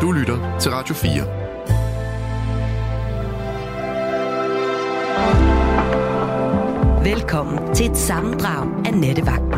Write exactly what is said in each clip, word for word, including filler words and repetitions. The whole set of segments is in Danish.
Du lytter til Radio fire. Velkommen til et sammendrag af Nattevagten.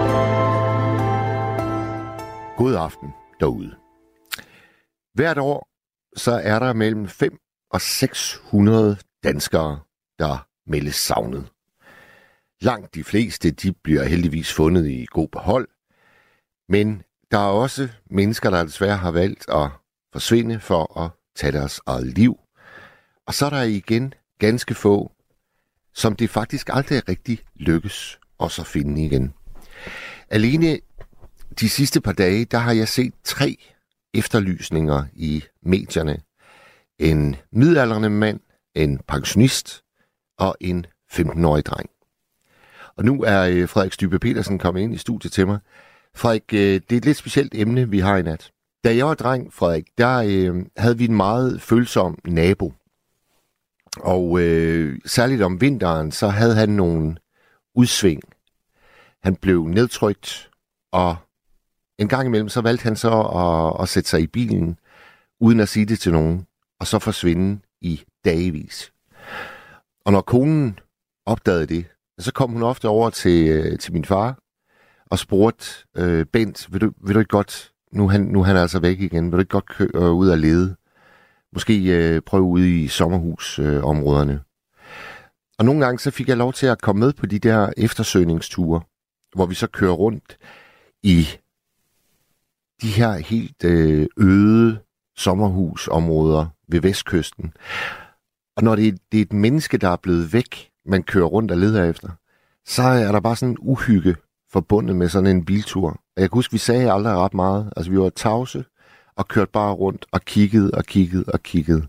God aften derude. Hvert år så er der mellem fem og seks hundrede danskere, der meldes savnet. Langt de fleste, de bliver heldigvis fundet i god behold, men der er også mennesker, der desværre har valgt at forsvinde for at tage deres eget liv. Og så er der igen ganske få, som det faktisk aldrig rigtig lykkes også at finde igen. Alene de sidste par dage, der har jeg set tre efterlysninger i medierne. En midaldrende mand, en pensionist og en femten-årig dreng. Og nu er Frederik Stybe Petersen kommet ind i studiet til mig. Frederik, det er et lidt specielt emne, vi har i nat. Da jeg var dreng, Frederik, der øh, havde vi en meget følsom nabo. Og øh, særligt om vinteren, så havde han nogle udsving. Han blev nedtrykt, og en gang imellem, så valgte han så at, at sætte sig i bilen, uden at sige det til nogen, og så forsvinde i dagevis. Og når konen opdagede det, så kom hun ofte over til, til min far, og spurgte, øh, Bent, vil du, vil du ikke godt, nu han, nu han er altså væk igen, vil du ikke godt køre ud og lede? Måske øh, prøve ude i sommerhusområderne. Øh, og nogle gange så fik jeg lov til at komme med på de der eftersøgningsture, hvor vi så kører rundt i de her helt øh, øde sommerhusområder ved vestkysten. Og når det er, det er et menneske, der er blevet væk, man kører rundt og leder efter, så er der bare sådan en uhygge forbundet med sådan en biltur. Og jeg kan huske, vi sagde aldrig ret meget. Altså, vi var tavse og kørte bare rundt og kiggede og kiggede og kiggede.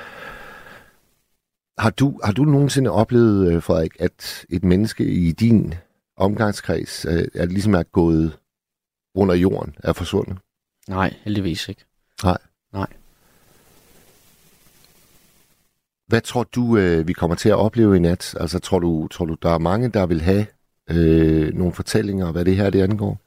Har du, har du nogensinde oplevet, Frederik, at et menneske i din omgangskreds er ligesom er gået under jorden, er forsvundet? Nej, heldigvis ikke. Nej. Nej. Hvad tror du, vi kommer til at opleve i nat? Altså, tror du, tror du der er mange, der vil have øh, nogle fortællinger, hvad det her det angår?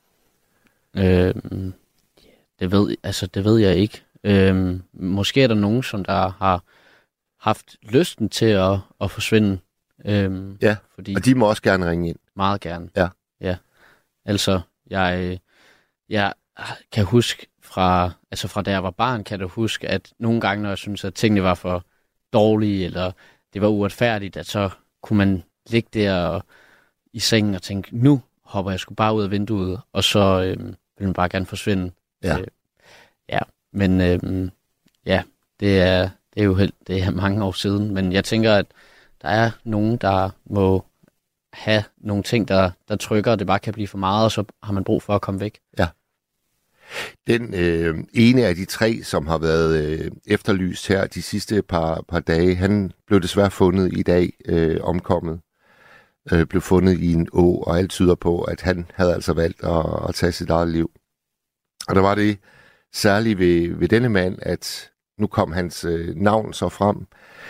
Øhm, det, ved, altså, det ved jeg ikke. Øhm, måske er der nogen, som der har haft lysten til at, at forsvinde. Øhm, ja, fordi og de må også gerne ringe ind. Meget gerne. Ja. Ja. Altså, jeg, jeg kan huske fra, altså fra da jeg var barn, kan jeg huske, at nogle gange, når jeg synes, at tingene var for dårlige, eller det var uretfærdigt, at så kunne man ligge der og, i sengen og tænke, nu hopper jeg sgu bare ud af vinduet, og så øh, vil man bare gerne forsvinde. Ja. Øh, ja, men øh, ja, det er, det er jo helt, det er mange år siden, men jeg tænker, at der er nogen, der må have nogle ting, der, der trykker, og det bare kan blive for meget, og så har man brug for at komme væk. Ja. Den øh, ene af de tre, som har været øh, efterlyst her de sidste par, par dage, han blev desværre fundet i dag, øh, omkommet. Øh, blev fundet i en å, og alt tyder på, at han havde altså valgt at, at tage sit eget liv. Og der var det særligt ved, ved denne mand, at nu kom hans øh, navn så frem.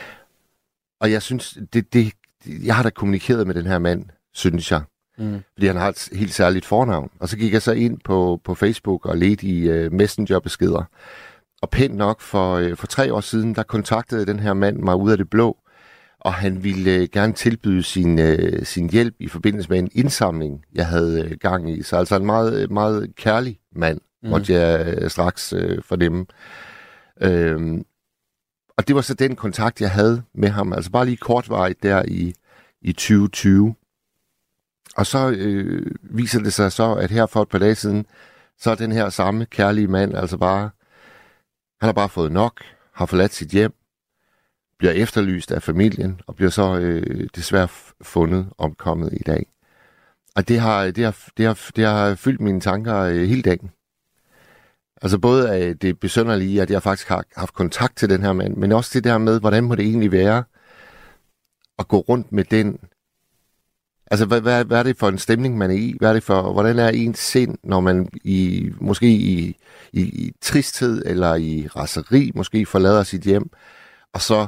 Og jeg synes, det, det, jeg har da kommunikeret med den her mand, synes jeg. Mm. Fordi han har et helt særligt fornavn. Og så gik jeg så ind på, på Facebook og ledte i uh, messengerbeskeder. Og pænt nok for, uh, for tre år siden, der kontaktede den her mand mig ud af det blå. Og han ville uh, gerne tilbyde sin, uh, sin hjælp i forbindelse med en indsamling, jeg havde uh, gang i. Så altså en meget, meget kærlig mand, mm. måtte jeg uh, straks uh, fornemme. Uh, og det var så den kontakt, jeg havde med ham. Altså bare lige kortvarigt der i, i tyve tyve. Og så øh, viser det sig så, at her for et par dage siden, så er den her samme kærlige mand, altså bare, han har bare fået nok, har forladt sit hjem, bliver efterlyst af familien, og bliver så øh, desværre fundet omkommet i dag. Og det har, det har, det har, det har fyldt mine tanker øh, hele dagen. Altså både af det besynderlige, at jeg faktisk har haft kontakt til den her mand, men også det der med, hvordan må det egentlig være at gå rundt med den. Altså, hvad, hvad, hvad er det for en stemning, man er i? Hvad er det for, hvordan er ens sind, når man i, måske i, i, i tristhed eller i raseri måske forlader sit hjem, og så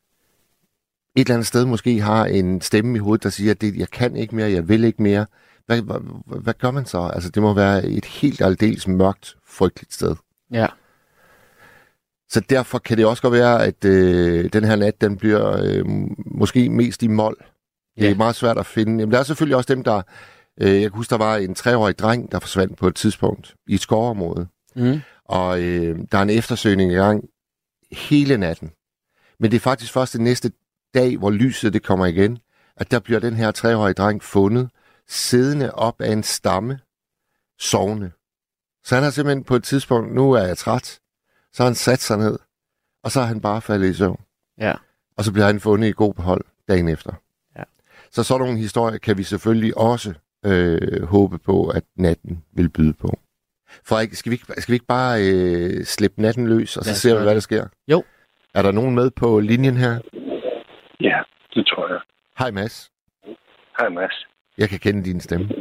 et eller andet sted måske har en stemme i hovedet, der siger, at det, jeg kan ikke mere, jeg vil ikke mere. Hvad, hvad, hvad gør man så? Altså, det må være et helt aldeles mørkt, frygteligt sted. Ja. Så derfor kan det også godt være, at øh, den her nat, den bliver øh, måske mest i mol. Det er Ja. meget svært at finde. Jamen, der er selvfølgelig også dem, der... Øh, jeg kan huske, der var en treårig dreng, der forsvandt på et tidspunkt i et skovområde. Mm. Og øh, der er en eftersøgning i gang hele natten. Men det er faktisk først den næste dag, hvor lyset det kommer igen, at der bliver den her treårige dreng fundet, siddende op af en stamme, sovende. Så han har simpelthen på et tidspunkt, nu er jeg træt, så har han sat sig ned, og så har han bare faldet i søvn. Ja. Og så bliver han fundet i god behold dagen efter. Ja. Så sådan nogle historier kan vi selvfølgelig også øh, håbe på, at natten vil byde på. Frederik, skal vi ikke, skal vi ikke bare øh, slippe natten løs, og så ser vi, hvad der sker? Jo. Er der nogen med på linjen her? Ja, det tror jeg. Hej Mads. Hej Mads. Jeg kan kende din stemme.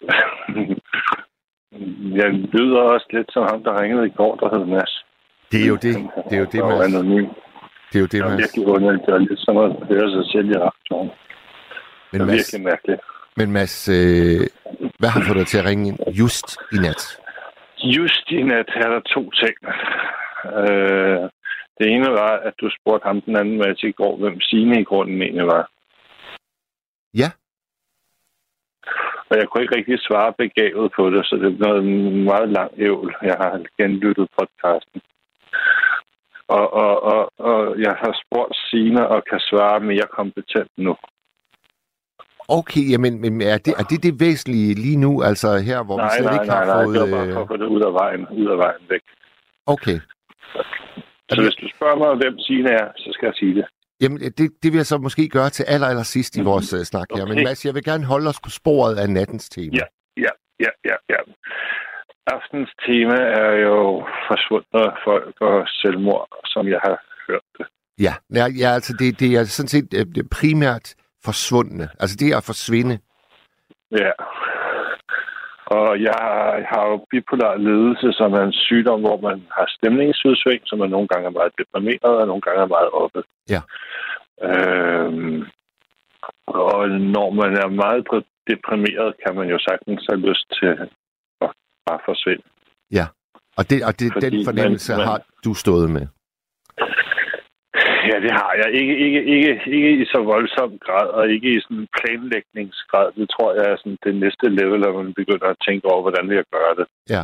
Jeg lyder også lidt som ham, der ringede i går, der hed Mads. Det er jo det. Det er jo det, Mads. Det er jo det, Det er Mads. virkelig underligt. Det er lidt som at høre sig selv i radioen. Men Det er Mads, virkelig mærkeligt. men Mads øh, hvad har fået dig til at ringe ind just i nat? Just i nat er der to ting. Øh, det ene var, at du spurgte ham den anden Mads i går, hvem Signe i grunden egentlig var. Ja. Og jeg kunne ikke rigtig svare begavet på det, så det er noget meget lang ævl. Jeg har genlyttet podcasten. Og, og, og, og jeg har spurgt Signe og kan svare mere kompetent nu. Okay, jamen, men er det, er det det væsentlige lige nu, altså her, hvor nej, vi slet nej, ikke har nej, nej, fået... det var bare for at få det ud af vejen, ud af vejen væk. Okay. Så hvis du spørger mig, hvem Signe er, så skal jeg sige det. Jamen, det, det vil jeg så måske gøre til aller, aller sidst i mm-hmm. vores uh, snak her. Okay. Men Mads, jeg vil gerne holde os på sporet af nattens tema. Ja, ja, ja, ja, ja. Aftens tema er jo forsvundne folk og selvmord, som jeg har hørt det. Ja, ja, ja altså det, det er sådan set uh, det primært forsvundne. Altså det er at forsvinde. Ja. Og jeg har jo bipolar ledelse, som er en sygdom, hvor man har stemningsudsving, som man nogle gange er meget deprimeret, og nogle gange er meget oppe. Ja. Øhm, og når man er meget deprimeret, kan man jo sagtens have lyst til at bare forsvinde. Ja, og, det, og det, den fornemmelse man, man, har du stået med. Ja, det har jeg. Ikke, ikke, ikke, ikke i så voldsom grad, og ikke i sådan en planlægningsgrad. Det tror jeg er sådan det næste level, at man begynder at tænke over, hvordan vi kan gøre det. Ja.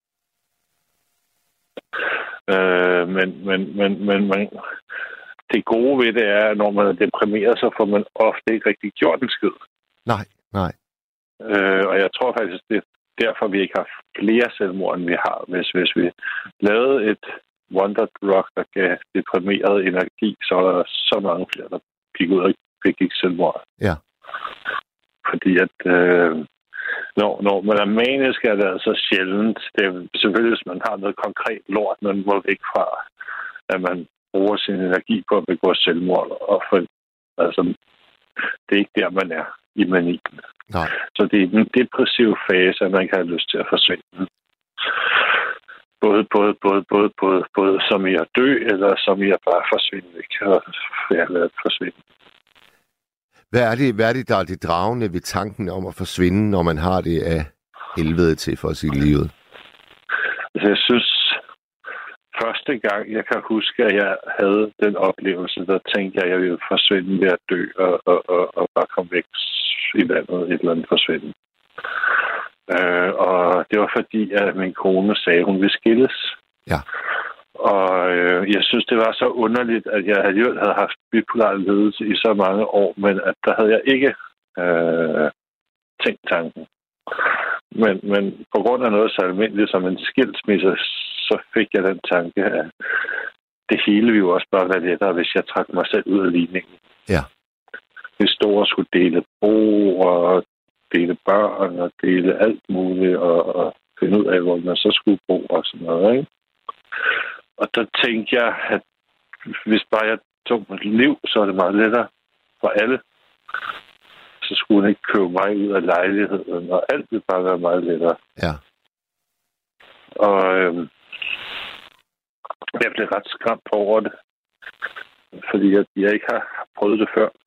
Øh, men, men, men, men man, det gode ved det er, at når man er deprimeret, så får man ofte ikke rigtig gjort en skid. Nej, nej. Øh, og jeg tror faktisk, det er derfor, vi ikke har flere selvmord, end vi har. Hvis, hvis vi lavede et Wonder Drug, der gav deprimeret energi, så er der så mange flere, der gik ud og begik selvmord. Ja. Fordi at øh, når, når man er manisk, er det altså sjældent. Det er selvfølgelig, hvis man har noget konkret lort, man må væk fra, at man bruger sin energi på at begå selvmord. Og for, altså, det er ikke der, man er i manien. Nej. Så det er den depressive fase, at man ikke har lyst til at forsvinde. Både, både, både, både, både, både som i at dø, eller som i at bare forsvinde væk. Og ja, lade det forsvinde. Hvad er, det, hvad er det, der er det dragende ved tanken om at forsvinde, når man har det af helvede til for sit liv? Altså, jeg synes, første gang, jeg kan huske, at jeg havde den oplevelse, der tænkte jeg, at jeg ville forsvinde ved at dø, og, og, og, og bare komme væk i landet, et eller andet forsvinde. Øh, og det var fordi, at min kone sagde, at hun ville skilles. Ja. Og øh, jeg synes, det var så underligt, at jeg alligevel havde haft bipolar ledelse i så mange år, men at der havde jeg ikke øh, tænkt tanken. Men, men på grund af noget så almindeligt som en skilsmisse, så fik jeg den tanke, at det hele ville jo også bare være lettere, hvis jeg trak mig selv ud af ligningen. Ja. Hvis store skulle dele bo og dele børn og dele alt muligt og, og finde ud af, hvor man så skulle bo og sådan noget, ikke? Og der tænkte jeg, at hvis bare jeg tog mit liv, så er det meget lettere for alle. Så skulle hun ikke købe mig ud af lejligheden, og alt ville bare være meget lettere. Ja. Og øhm, jeg blev ret skræmt over det, fordi jeg, jeg ikke har prøvet det før.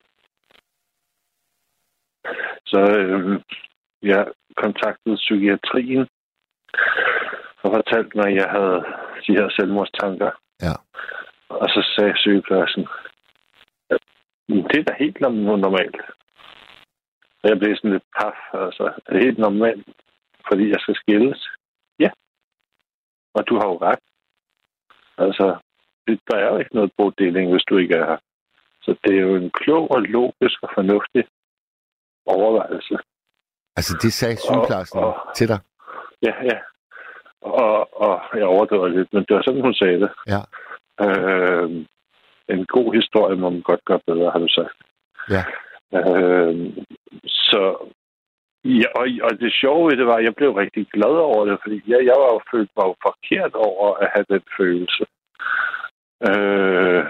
Så øhm, jeg kontaktede psykiatrien og fortalte mig, at jeg havde de her selvmordstanker. Ja. Og så sagde sygeplejersken, det er da helt normalt. Og jeg blev sådan lidt paf, altså, er det helt normalt, fordi jeg skal skilles? Ja. Og du har jo ret. Altså, der er jo ikke noget bodeling, hvis du ikke er her. Så det er jo en klog og logisk og fornuftig overvejelse. Altså, det sagde sygeplejersken og, og, til dig? Ja, ja. Og, og jeg overdriver lidt, men det var sådan, hun sagde det. Ja. Øh, en god historie må man godt gøre bedre, har du sagt. Ja. Øh, så, ja, og, og det sjove ved det var, at jeg blev rigtig glad over det, fordi jeg, jeg var jo følt mig jo forkert over at have den følelse. Øh,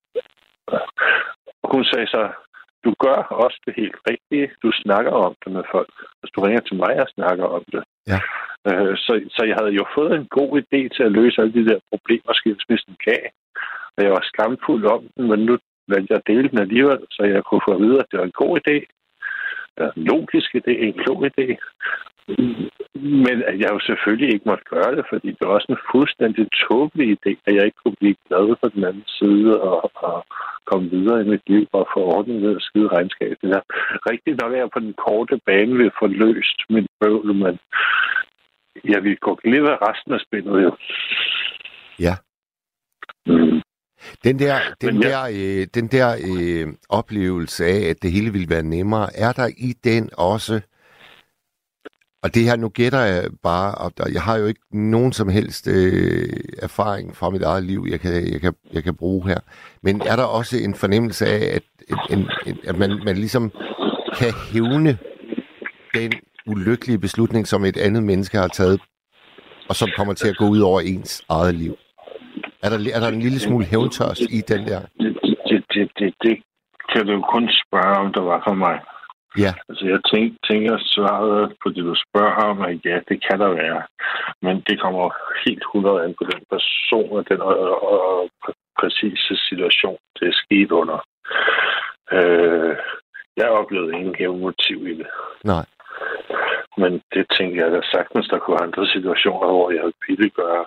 hun sagde så, du gør også det helt rigtige. Du snakker om det med folk. Hvis du ringer til mig og snakker om det. Ja. Øh, så, så jeg havde jo fået en god idé til at løse alle de der problemer, skilsmissen gav. Og jeg var skamfuld om den, men nu valgte jeg at dele den alligevel, så jeg kunne få at vide, at det var en god idé. En logisk idé, en klog idé. Men at jeg jo selvfølgelig ikke måtte gøre det, fordi det var også en fuldstændig tåbelig idé, at jeg ikke kunne blive glad på den anden side og, og komme videre i mit liv og få ordnet ved at skide regnskab. Det er rigtigt nok, at jeg på den korte bane vil få løst mit bøvl, men jeg vil gå glip af resten af spillet jo. Ja. Mm. Den der, den ja. der, øh, den der øh, oplevelse af, at det hele ville være nemmere, er der i den også... Og det her, nu gætter jeg bare, og der, jeg har jo ikke nogen som helst øh, erfaring fra mit eget liv, jeg kan, jeg, kan, jeg kan bruge her. Men er der også en fornemmelse af, at, en, en, at man, man ligesom kan hævne den ulykkelige beslutning, som et andet menneske har taget, og som kommer til at gå ud over ens eget liv? Er der, er der en lille smule hævntørst i den der? Det, det, det, det, det kan du jo kun spørge, om der var for mig. Ja. Altså, jeg tænker, tænker svaret på det, du spørger om, at ja, det kan der være. Men det kommer helt hundrede an på den person og den og, og, og præcise situation, det er sket under. Øh, jeg oplevede ingen hævnmotiv i det. Nej. Men det tænker jeg da sagtens, der kunne være andre situationer, hvor jeg havde ville gøre.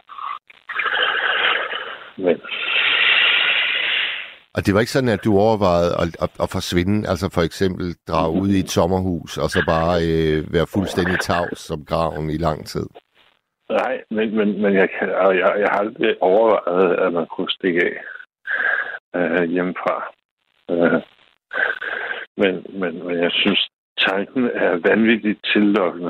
Men... Og det var ikke sådan, at du overvejede at, at, at forsvinde, altså for eksempel drage ud i et sommerhus, og så bare øh, være fuldstændig tavs som graven i lang tid? Nej, men, men, men jeg, kan, jeg, jeg har aldrig overvejet, at man kunne stikke af øh, hjemmefra. Øh, men, men, men jeg synes, tanken er vanvittigt tillokkende.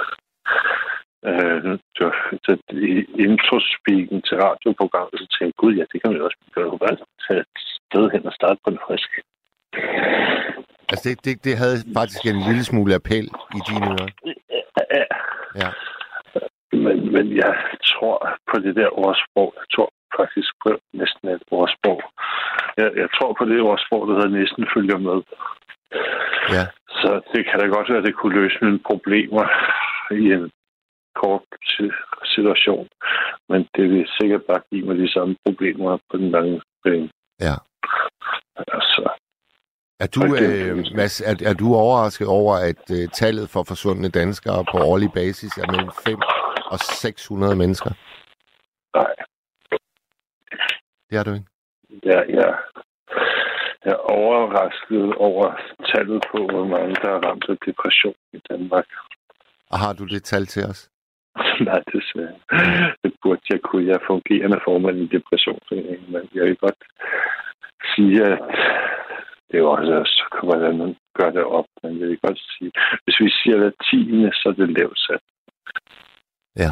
Øh, så i introspeaken til radioprogrammet, så tænkte jeg, gud ja, det kan man jo også gøre. Du kan tage et sted hen og starte på en frisk. Altså det, det, det havde faktisk en lille smule appel i dine ører? Ja. Ja. Men, men jeg tror på det der ordsprog. Jeg tror faktisk på næsten et ordsprog. Jeg, jeg tror på det ordsprog, der hedder næsten følger med. Ja. Så det kan da godt være, at det kunne løse mine problemer i en kort situation. Men det vil sikkert bare give mig de samme problemer på den lange bane. Ja. Altså, er du, øh, Mads, er, er du overrasket over, at øh, tallet for forsvundne danskere på årlig basis er mellem fem og seks hundrede mennesker? Nej. Det er du ikke? Ja, ja. Jeg er overrasket over tallet på, hvor mange der er ramt af depression i Danmark. Og har du det tal til os? Nej, desværre. Det burde jeg kunne. Jeg er fungerende formand i depressionsforeningen, men jeg vil godt sige, at det er jo også, hvordan man gør det op. Men jeg vil godt sige, hvis vi siger hver tiende, så er det lavt sat. Ja.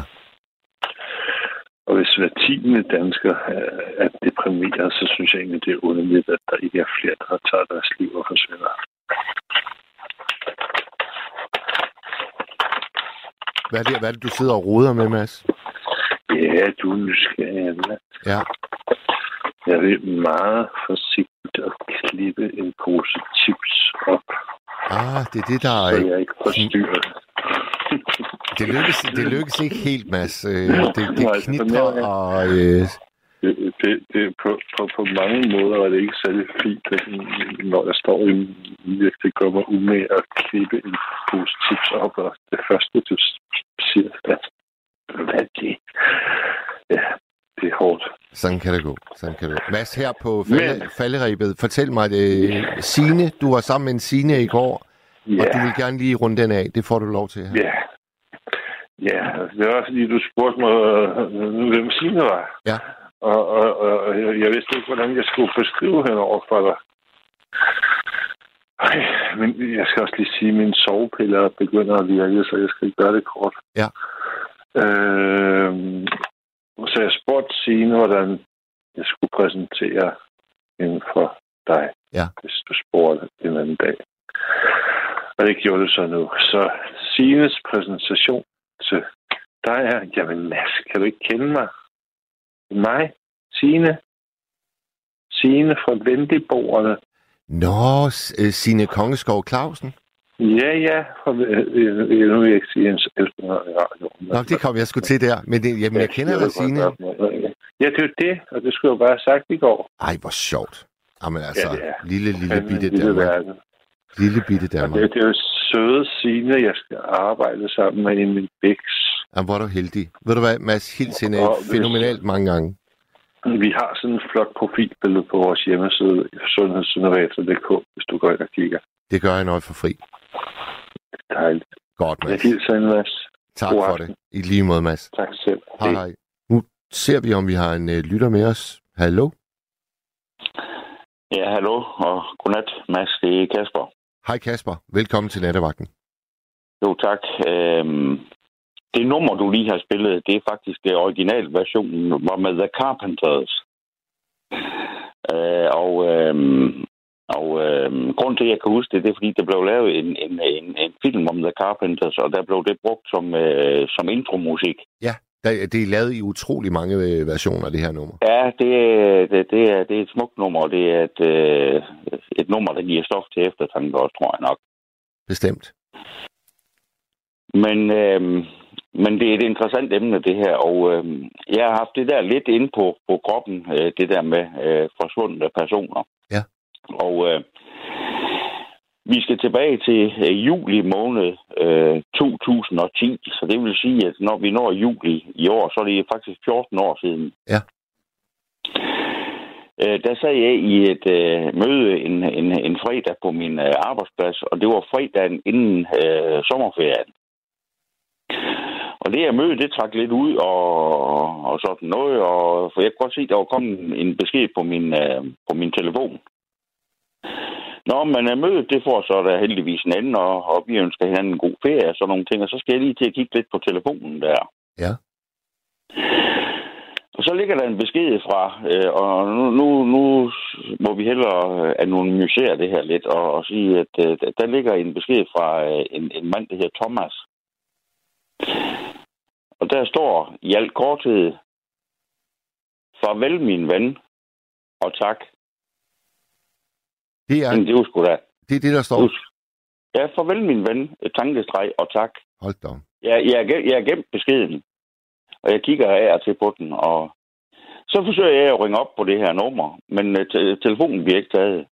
Og hvis hver tiende dansker er deprimeret, så synes jeg egentlig, det er underligt, at der ikke er flere, der tager deres liv og forsvinder. Hvad er det, hvad er det du sidder og roder med, Mads? Ja, du er nysgerrig. Ja. Jeg vil meget forsigtigt at klippe en pose chips op. Ah, det er det, der er... Så jeg ikke forstyrrer. Det lykkes, det lykkes ikke helt, Mads. Det, det knitrer og... Øh... Det, det, det, på, på, på mange måder er det ikke særlig fint, at, når jeg står i virkelig gør mig umage at klippe en pose chips op, og det første, du siger, at hvad er det? Ja, det er hårdt. Sådan kan det gå. Sådan kan det gå. Mads, her på falde, Men... falderæbet, fortæl mig det. Signe, du var sammen med en Signe i går, yeah. og du vil gerne lige runde den af. Det får du lov til her. Ja. Yeah. Ja, yeah. Det var fordi, du spurgte mig, hvem Signe var. Ja. Og, og, og jeg vidste ikke, hvordan jeg skulle beskrive hende over for dig. Ej, men jeg skal også lige sige, at mine sovepiller begynder at virke, så jeg skal ikke gøre det kort. Ja. Øh, så jeg spurgte Signe, hvordan jeg skulle præsentere hende for dig, ja. hvis du spurgte en anden dag. Og det gjorde du så nu. Så Signes præsentation til dig er, jamen Mads, kan du ikke kende mig? Mig, Signe. Signe fra Venligboerne. Nå, Signe Kongeskov Clausen? Ja, ja. Jeg nu vil ikke sige ens radio. Nå, det kom jeg sgu til der. Men det, jamen, jeg kender dig, Signe. Ja, det er jo det, og det skulle jeg bare have sagt i går. Ej, hvor sjovt. Jamen altså, ja, lille, lille Fanden bitte lille Danmark. Verden. Lille bitte Danmark. Det, det er jo søde Signe, jeg skal arbejde sammen med i min biks. Jamen, hvor er du heldig. Ved du hvad, Mads, hils hende fænomenalt mange gange. Vi har sådan en flot profilbillede på vores hjemmeside, sundhedsinnovator punktum d k, hvis du går ind og kigger. Det gør jeg noget for fri. Dejligt. Godt, Mads. Jeg hilser en, Mads. Tak God for aften. Det. I lige måde, Mads. Tak selv. Hej, hej. Nu ser vi, om vi har en uh, lytter med os. Hallo? Ja, hallo, og godnat, Mads. Det er Kasper. Hej, Kasper. Velkommen til Nattevagten. Jo, tak. Øhm, det nummer, du lige har spillet, det er faktisk originalversionen, var med The Carpenters. Øh, og øhm, og øhm, grunden til, at jeg kan huske det, det er, fordi der blev lavet en, en, en, en film om The Carpenters, og der blev det brugt som, øh, som intromusik. Ja, det er lavet i utrolig mange versioner, det her nummer. Ja, det, det, det, er, det er et smukt nummer, og det er et, øh, et nummer, der giver stof til eftertanke også, tror jeg nok. Bestemt. Men, øh, men det er et interessant emne, det her, og øh, jeg har haft det der lidt inde på, på kroppen, øh, det der med øh, forsvundne personer. Ja. Og øh, vi skal tilbage til øh, juli måned øh, to tusind og ti, så det vil sige, at når vi når juli i år, så er det faktisk fjorten år siden. Ja. Øh, der sad jeg i et øh, møde en, en, en fredag på min øh, arbejdsplads, og det var fredagen inden øh, sommerferien. Og det her møde, det trak lidt ud og, og sådan noget, og for jeg kunne godt se, at der var kommet en besked på min, øh, på min telefon. Nå, men mødet, det får så der heldigvis en anden, og, og vi ønsker hinanden en god ferie og sådan nogle ting, og så skal jeg lige til at kigge lidt på telefonen der. Ja. Og så ligger der en besked fra, øh, og nu, nu, nu må vi hellere anonymisere det her lidt, og, og sige, at øh, der ligger en besked fra øh, en, en mand, der hedder Thomas. Og der står i al korthed, farvel min ven, og tak. Det er det, er sgu da. Det er det, der står. Ja, farvel min ven, tankestreg og tak. Hold da. Jeg, jeg, jeg har gemt beskeden, og jeg kigger af og til på den, og så forsøger jeg at ringe op på det her nummer, men te- telefonen bliver ikke taget.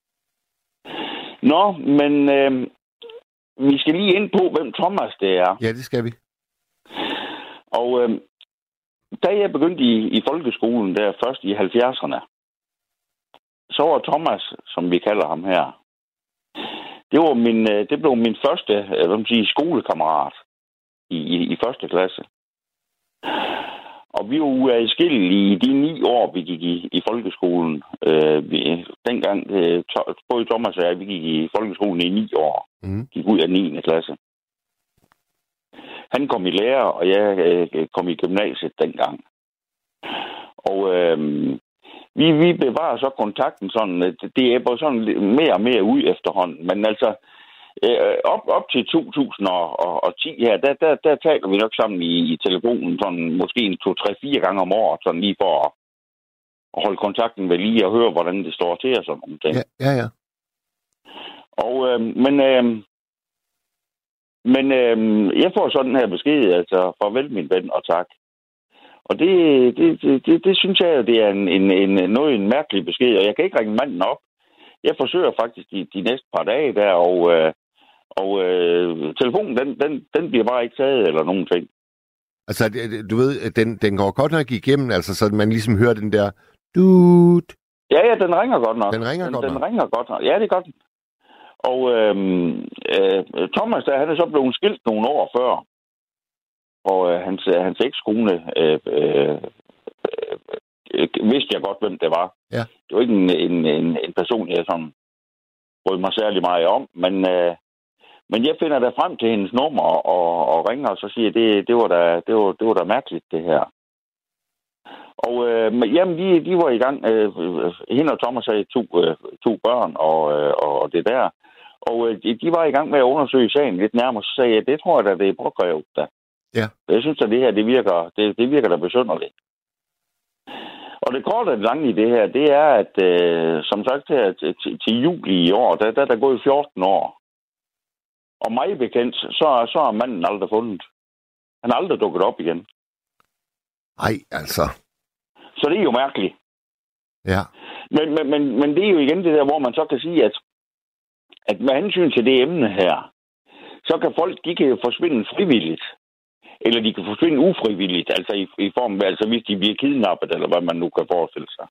Nå, men øh, vi skal lige ind på, hvem Thomas det er. Ja, det skal vi. Og øh, da jeg begyndte i, i folkeskolen der først i halvfjerdserne, så var Thomas, som vi kalder ham her, det var min, det blev min første, hvad man siger, skolekammerat i, i, i første klasse. Og vi var uadskillelige i de ni år, vi gik i, i folkeskolen. Øh, vi, dengang, øh, to, både Thomas og jeg, vi gik i folkeskolen i ni år. Mm. Gik ud af niende klasse. Han kom i lære, og jeg øh, kom i gymnasiet dengang. Og øh, vi, vi bevarer så kontakten sådan, det er bare sådan mere og mere ud efterhånden. Men altså, øh, op, op til to tusind og ti her, der, der, der taler vi nok sammen i, i telefonen, sådan måske en to, tre, fire gange om året, sådan lige for at, at holde kontakten ved lige og høre, hvordan det står til og sådan nogle ting. Ja, ja, ja. Og, øh, men, øh, men øh, jeg får sådan her besked, altså, farvel min ven og tak. Og det, det, det, det, det synes jeg, det er en, en, en, noget en mærkelig besked, og jeg kan ikke ringe manden op. Jeg forsøger faktisk de, de næste par dage der, og, øh, og øh, telefonen, den, den, den bliver bare ikke taget eller nogen ting. Altså, du ved, den, den går godt nok igennem, altså, så man ligesom hører den der dude. Ja, ja, den ringer godt nok. Den ringer den, godt den nok? Den ringer godt nok. Ja, det gør den. Og øhm, øh, Thomas, der, han er så blevet skilt nogle år før. Og øh, hans, hans ekskone øh, øh, øh, vidste jeg godt, hvem det var. Ja. Det var ikke en, en, en, en person, jeg sådan brød mig særlig meget om, men, øh, men jeg finder da frem til hendes nummer og, og ringer, og så siger det, det var da, det var, det var da mærkeligt, det her. Og øh, jamen, de, de var i gang. Øh, hende og Thomas havde to, øh, to børn og, øh, og det der. Og øh, de var i gang med at undersøge sagen lidt nærmere, så sagde jeg, det tror jeg da, det er påkrævet da. Ja. Jeg synes at det her, det virker, det, det virker da besynderligt. Og det korte og lange i det her, det er, at øh, som sagt her til, til, til juli i år, der, der er der gået fjorten år. Og mig bekendt, så, så er manden aldrig fundet. Han er aldrig dukket op igen. Ej, altså. Så det er jo mærkeligt. Ja. Men, men, men, men det er jo igen det der, hvor man så kan sige, at, at med hensyn til det emne her, så kan folk, de kan jo forsvinde frivilligt. Eller de kan forsvinde ufrivilligt, altså i, i form af, altså hvis de bliver kidnappet, eller hvad man nu kan forestille sig.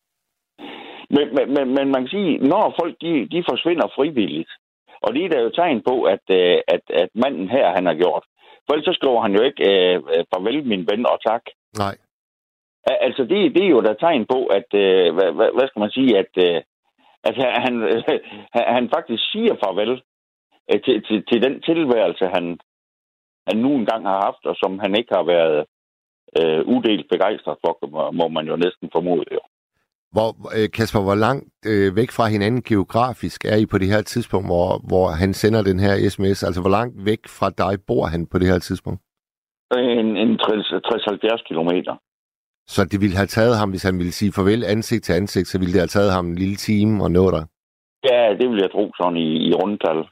Men, men, men man kan sige, når folk, de, de forsvinder frivilligt, og det er der jo tegn på, at, at, at manden her, han har gjort. For ellers så skriver han jo ikke, uh, farvel min ven og tak. Nej. Altså, det, det er jo der tegn på, at, uh, hvad, hvad skal man sige, at, uh, at han, uh, han faktisk siger farvel uh, til, til, til den tilværelse, han, han nu engang har haft, og som han ikke har været uh, udelt begejstret for, må, må man jo næsten formode. Jo. Hvor, uh, Kasper, hvor langt uh, væk fra hinanden geografisk er I på det her tidspunkt, hvor, hvor han sender den her sms? Altså, hvor langt væk fra dig bor han på det her tidspunkt? En, en tres til halvfjerds kilometer. Så det ville have taget ham, hvis han ville sige farvel ansigt til ansigt, så ville det have taget ham en lille time og nå dig? Ja, det vil jeg tro sådan i, i rundtal.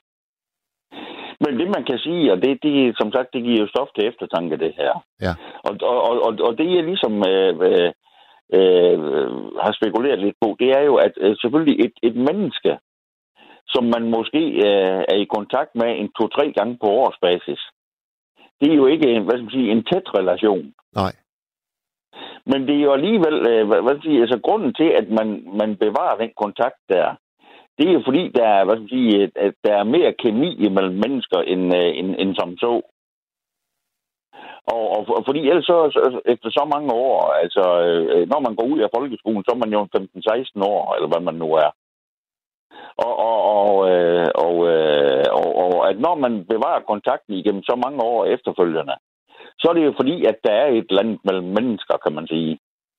Men det man kan sige, og det, det som sagt, det giver jo stof til eftertanke, det her. Ja. Og, og, og, og det jeg ligesom øh, øh, øh, har spekuleret lidt på, det er jo, at øh, selvfølgelig et, et menneske, som man måske øh, er i kontakt med en to-tre gange på årsbasis, det er jo ikke en, hvad skal man sige, en tæt relation. Nej. Men det er jo alligevel, øh, hvad skal man sige, altså grunden til, at man, man bevarer den kontakt der, det er jo fordi, der er, hvad skal man sige, at der er mere kemi imellem mennesker, end, øh, end, end som så. Og, og, og fordi ellers så, så, efter så mange år, altså øh, når man går ud af folkeskolen, så er man jo femten seksten år, eller hvad man nu er. Og, og, og, øh, og, øh, og, og at når man bevarer kontakten igennem så mange år efterfølgende, så er det jo fordi, at der er et land mellem mennesker, kan man sige.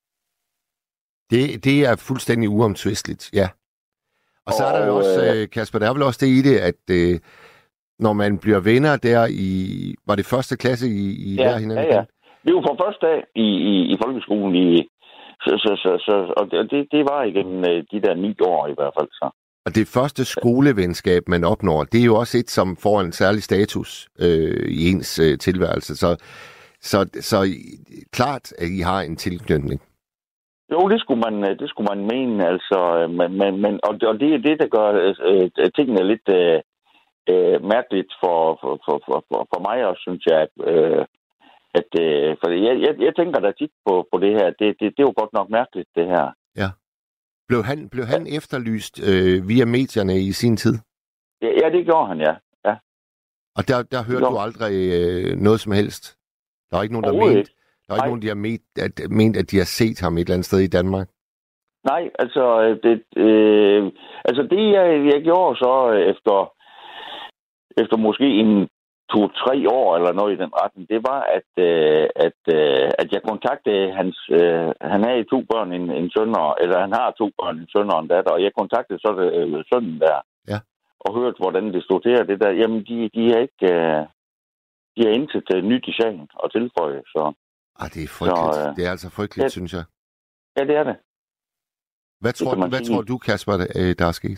Det, det er fuldstændig uomtvisteligt, ja. Og så og, er der jo også, Kasper, der er vel også det i det, at øh, når man bliver venner der i, var det første klasse i, i ja, der hinanden? Ja, ja. Det er jo fra første dag i, i, i folkeskolen, i, så, så, så, så, og det, det var igennem de der ni år i hvert fald. Så. Og det første skolevenskab, man opnår, det er jo også et, som får en særlig status øh, i ens øh, tilværelse. Så, så, så klart, at I har en tilknytning. Jo, det skulle man, det skulle man mene, altså, men, men, men, og, og det er det, der gør øh, tingene lidt øh, mærkeligt for, for, for, for, for mig også, synes jeg, at, øh, at øh, for jeg, jeg, jeg tænker da tit på, på det her, det, det, det er jo godt nok mærkeligt, det her. Ja. Blev han, blev han ja. efterlyst øh, via medierne i sin tid? Ja, ja, det gjorde han, ja. ja. Og der, der hørte du aldrig øh, noget som helst? Der er ikke nogen, der mente... Der er ikke nogen, der har ment at, ment, at de har set ham et eller andet sted i Danmark? Nej, altså det, øh, altså det jeg, jeg gjorde så efter, efter måske en to-tre år eller noget i den retning, det var, at, øh, at, øh, at jeg kontaktede hans... Øh, han havde to børn, en, en søn, og, eller han har to børn, en søn og en datter, og jeg kontaktede så øh, sønnen der, ja. Og hørte, hvordan det stod til, det der. Jamen, de, de er ikke... Øh, de er intet øh, nyt i sagen og tilføje, så... Ah, det er frygteligt. Så, øh, det er altså frygteligt, det, synes jeg. Ja, det er det. Hvad, tror, det hvad tror du, Kasper, der, der er sket?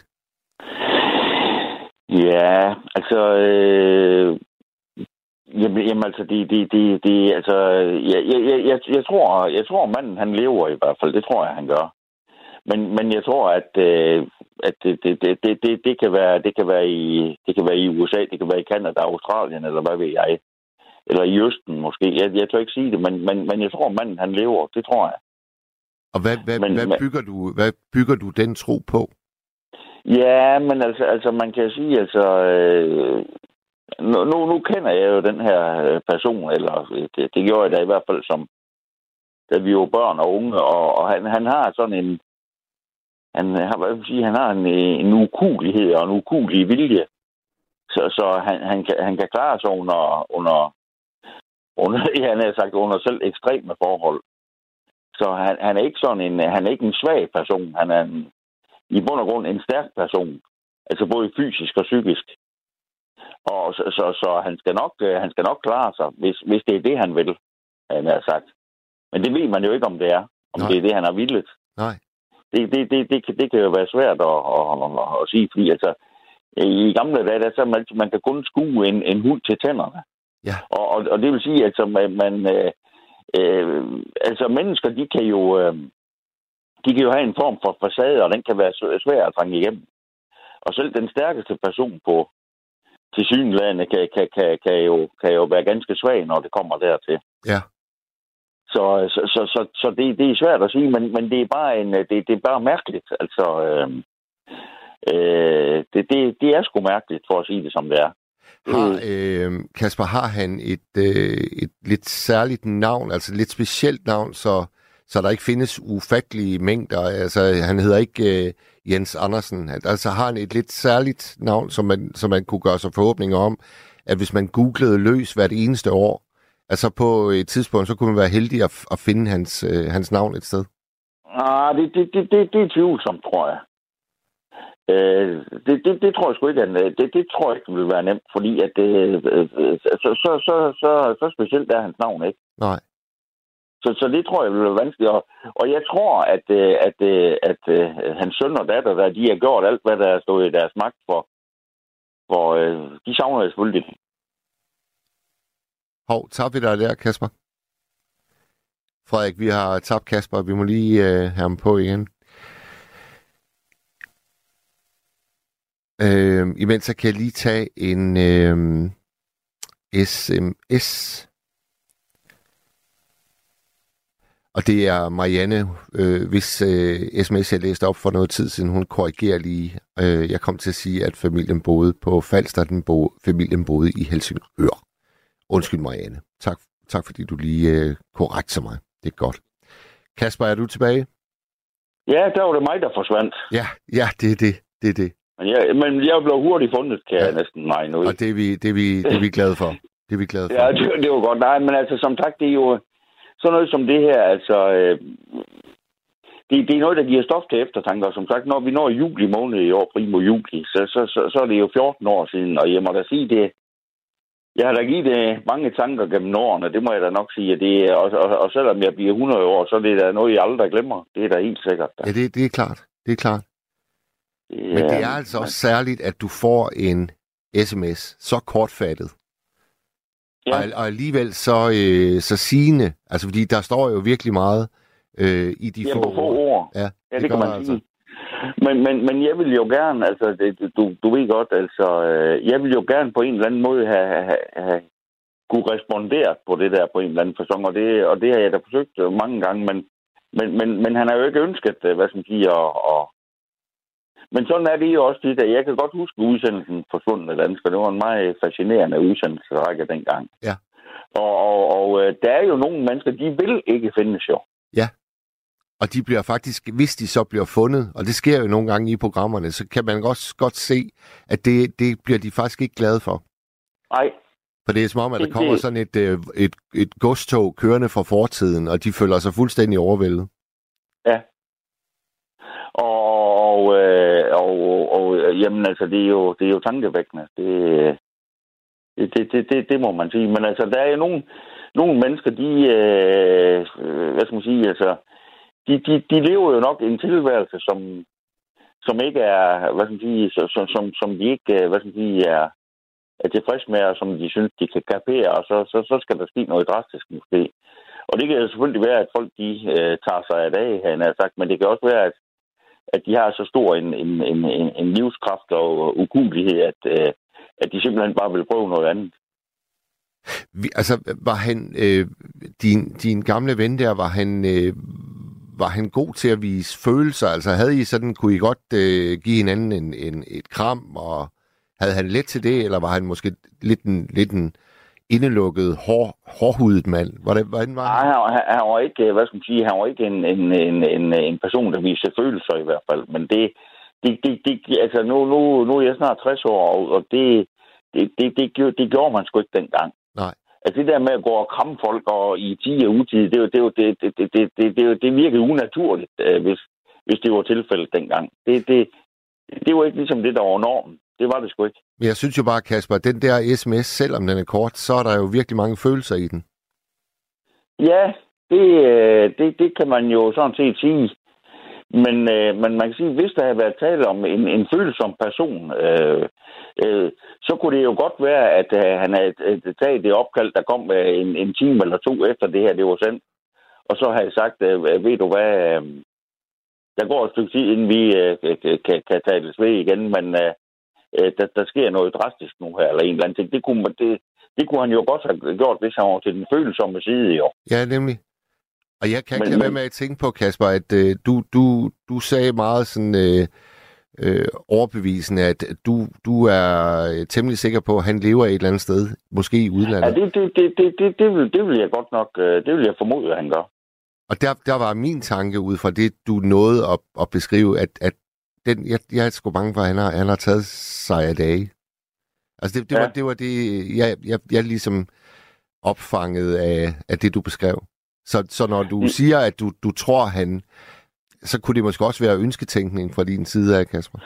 Ja, altså... Øh, jamen, jamen, altså, det... det, det, det altså, jeg, jeg, jeg, jeg, tror, jeg tror, manden, han lever i hvert fald. Det tror jeg, han gør. Men, men jeg tror, at, øh, at det, det, det, det, det, det, kan være, det, kan være i, det kan være i U S A, det kan være i Canada, Australien, eller hvad ved jeg. Eller i Østen måske. Jeg, jeg tør ikke sige det, men, men, men jeg tror, manden han lever. Det tror jeg. Og hvad, hvad, men, hvad, bygger, du, hvad bygger du den tro på? Ja, men altså, altså man kan sige, altså... Øh, nu, nu, nu kender jeg jo den her person, eller det, det gjorde jeg da i hvert fald som... Da vi var børn og unge, og, og han, han har sådan en... Han har, hvad vil sige, han har en, en ukuelighed og en ukuelig vilje. Så, så han, han, kan, han kan klare sig under, under, under ja, han har sagt, under selv ekstreme forhold. Så han, han er ikke sådan en, han er ikke en svag person. Han er en, i bund og grund en stærk person. Altså både fysisk og psykisk. Og så, så, så han, skal nok, han skal nok klare sig, hvis, hvis det er det, han vil, han har sagt. Men det ved man jo ikke, om det er. Om Nej. det er det, han har villet. Nej. Det, det, det, det, kan, det kan jo være svært at, at, at, at sige, fordi altså, i gamle dage, der så man, man kan kun skue en, en hund til tænderne. Ja. Og, og, og det vil sige, at altså, man, man, øh, øh, altså mennesker, de kan jo øh, de kan jo have en form for facade, og den kan være svær at trænge igennem. Og selv den stærkeste person på tilsyneladende kan, kan, kan, kan, jo, kan jo være ganske svag, når det kommer dertil. Ja. Så, så, så, så, så det, det er svært at sige, men, men det er bare en, det, det er bare mærkeligt. Altså, øh, øh, det, det, det er sgu mærkeligt, for at sige det, som det er. Har, øh, Kasper, har han et, øh, et lidt særligt navn, altså lidt specielt navn, så, så der ikke findes ufattelige mængder? Altså, han hedder ikke øh, Jens Andersen. Altså, har han et lidt særligt navn, som man, som man kunne gøre sig forhåbninger om, at hvis man googlede løs hvert eneste år, altså på et tidspunkt, så kunne man være heldig at, at finde hans, øh, hans navn et sted? Ah, det, det, det, det, det er tvivlsomt, tror jeg. Øh, det, det, det tror jeg sgu ikke, at, det, det tror jeg ikke vil være nemt, fordi at det, øh, så, så, så, så, så specielt er hans navn, ikke? Nej. Så, så det tror jeg vil være vanskeligt. Og, og jeg tror, at, at, at, at, at hans søn og datter, der, de har gjort alt, hvad der er stået i deres magt for, for øh, de savner jeg selvfølgelig. Hov, tabte vi dig der, Kasper? Frederik, vi har tabt Kasper. Vi må lige øh, have ham på igen. Øh, imens så kan jeg lige tage en øh, sms. Og det er Marianne, øh, hvis øh, sms jeg læste op for noget tid siden, hun korrigerer lige. Øh, jeg kom til at sige, at familien boede på Falster, den bo, familien boede i Helsingør. Undskyld, Marianne. Tak, tak fordi du lige øh, korrekter mig. Det er godt. Kasper, er du tilbage? Ja, der var det mig, der forsvandt. Ja, ja, det er det. Det er det. Men jeg, men jeg blev hurtigt fundet, kan ja. jeg næsten mig nu. Og det er vi, det er vi, det er vi glade for. Det er vi glade for. Ja, det, det var godt. Nej, men altså, som sagt, det er jo sådan noget som det her, altså... Øh, det, det er noget, der giver stof til eftertanke, og som sagt, når vi når juli måned i år, primo juli, så, så, så, så er det jo fjorten år siden, og jeg må da sige det... Jeg har da givet det mange tanker gennem årene, det må jeg da nok sige. At det er, og, og, og selvom jeg bliver hundrede år, så er det da noget, jeg aldrig glemmer. Det er da helt sikkert. Da. Ja, det, det er klart. Det er klart. Ja, men det er altså også særligt, at du får en sms så kortfattet. Ja. Og, og alligevel så, øh, så sigende. Altså, fordi der står jo virkelig meget øh, i de ja, få, få ord. ord. Ja, ja, det, det kan man altså. sige. Men, men, men jeg vil jo gerne, altså, det, du, du ved godt, altså, øh, jeg vil jo gerne på en eller anden måde have, have, have kunne respondere på det der på en eller anden facon, og det, og det har jeg da forsøgt mange gange, men, men, men, men han har jo ikke ønsket, hvad skal man sige, og, og men sådan er det jo også det der. Jeg kan godt huske udsendelsen Forsvundne Danskere. Det var en meget fascinerende udsendelsesrække dengang. Ja. Og, og, og der er jo nogle mennesker, de vil ikke findes jo. Ja. Og de bliver faktisk, hvis de så bliver fundet, og det sker jo nogle gange i programmerne, så kan man også godt se, at det, det bliver de faktisk ikke glade for. Nej. For det er som om, at der kommer sådan et, et, et, et godstog kørende fra fortiden, og de føler sig fuldstændig overvældet. Ja. Og, og, øh, og, og jamen altså, det er jo, det er jo tankevækkende. Det, det, det, det, det må man sige. Men altså, der er jo nogle, nogle mennesker, de, øh, hvad skal man sige, altså, de, de, de lever jo nok en tilværelse, som, som ikke er, hvad skal man sige, som, som, som de ikke, hvad skal man sige, er, er tilfreds med, og som de synes, de kan kapere, og så, så, så skal der ske noget drastisk måske. Og det kan jo selvfølgelig være, at folk, de øh, tager sig af dag, han har sagt, men det kan også være, at at de har så stor en, en, en, en livskraft og ukuelighed, at, at de simpelthen bare vil prøve noget andet. Vi, altså, var han, øh, din, din gamle ven der, var han, øh, var han god til at vise følelser? Altså, havde I sådan, kunne I godt øh, give hinanden en, en, et kram, og havde han let til det, eller var han måske lidt en, lidt en indelukket, hår, hårdhudet mand? Hvordan, hvordan var han? Nej, han, han var ikke, hvad skal man sige, han var ikke en, en, en, en, en person, der viste følelser i hvert fald, men det, det, det, det altså, nu, nu, nu er jeg snart tres år, og det, det, det, det, det, det gjorde man sgu ikke dengang. Nej. Altså det der med at gå og kramme folk og i tid og utid, det, det, det, det, det, det, det, det, det virkede unaturligt, hvis, hvis det var tilfældet dengang. Det, det, det var ikke ligesom det, der var normen. Det var det sgu ikke. Men jeg synes jo bare, Kasper, den der sms, selvom den er kort, så er der jo virkelig mange følelser i den. Ja, det, det, det kan man jo sådan set sige. Men, men man kan sige, hvis der havde været tale om en, en følsom person, øh, øh, så kunne det jo godt være, at øh, han havde taget det opkald, der kom en, en time eller to efter det her, det var sendt. Og så havde jeg sagt, øh, ved du hvad, øh, der går et stykke tid, inden vi øh, kan, kan tales ved igen, men øh, der, der sker noget drastisk nu her, eller en eller anden ting. Det kunne, det, det kunne han jo godt have gjort, hvis han var til den følsomme side, jo. Ja, nemlig. Og jeg kan ikke lade være med at tænke på, Kasper, at øh, du, du, du sagde meget sådan øh, øh, overbevisende, at du, du er temmelig sikker på, at han lever et eller andet sted, måske i udlandet. Ja, det, det, det, det, det, det, vil, det vil jeg godt nok, det vil jeg formode, at han gør. Og der, der var min tanke ud fra det, du nåede at, at beskrive, at, at den, jeg, jeg er sgu bange for, at han har, han har taget sig af dage. Altså det, det, ja. var, det var det, jeg, jeg, jeg ligesom opfangede af, af det, du beskrev. Så, så når du mm. siger, at du, du tror, han... Så kunne det måske også være ønsketænkning fra din side af, Kasper.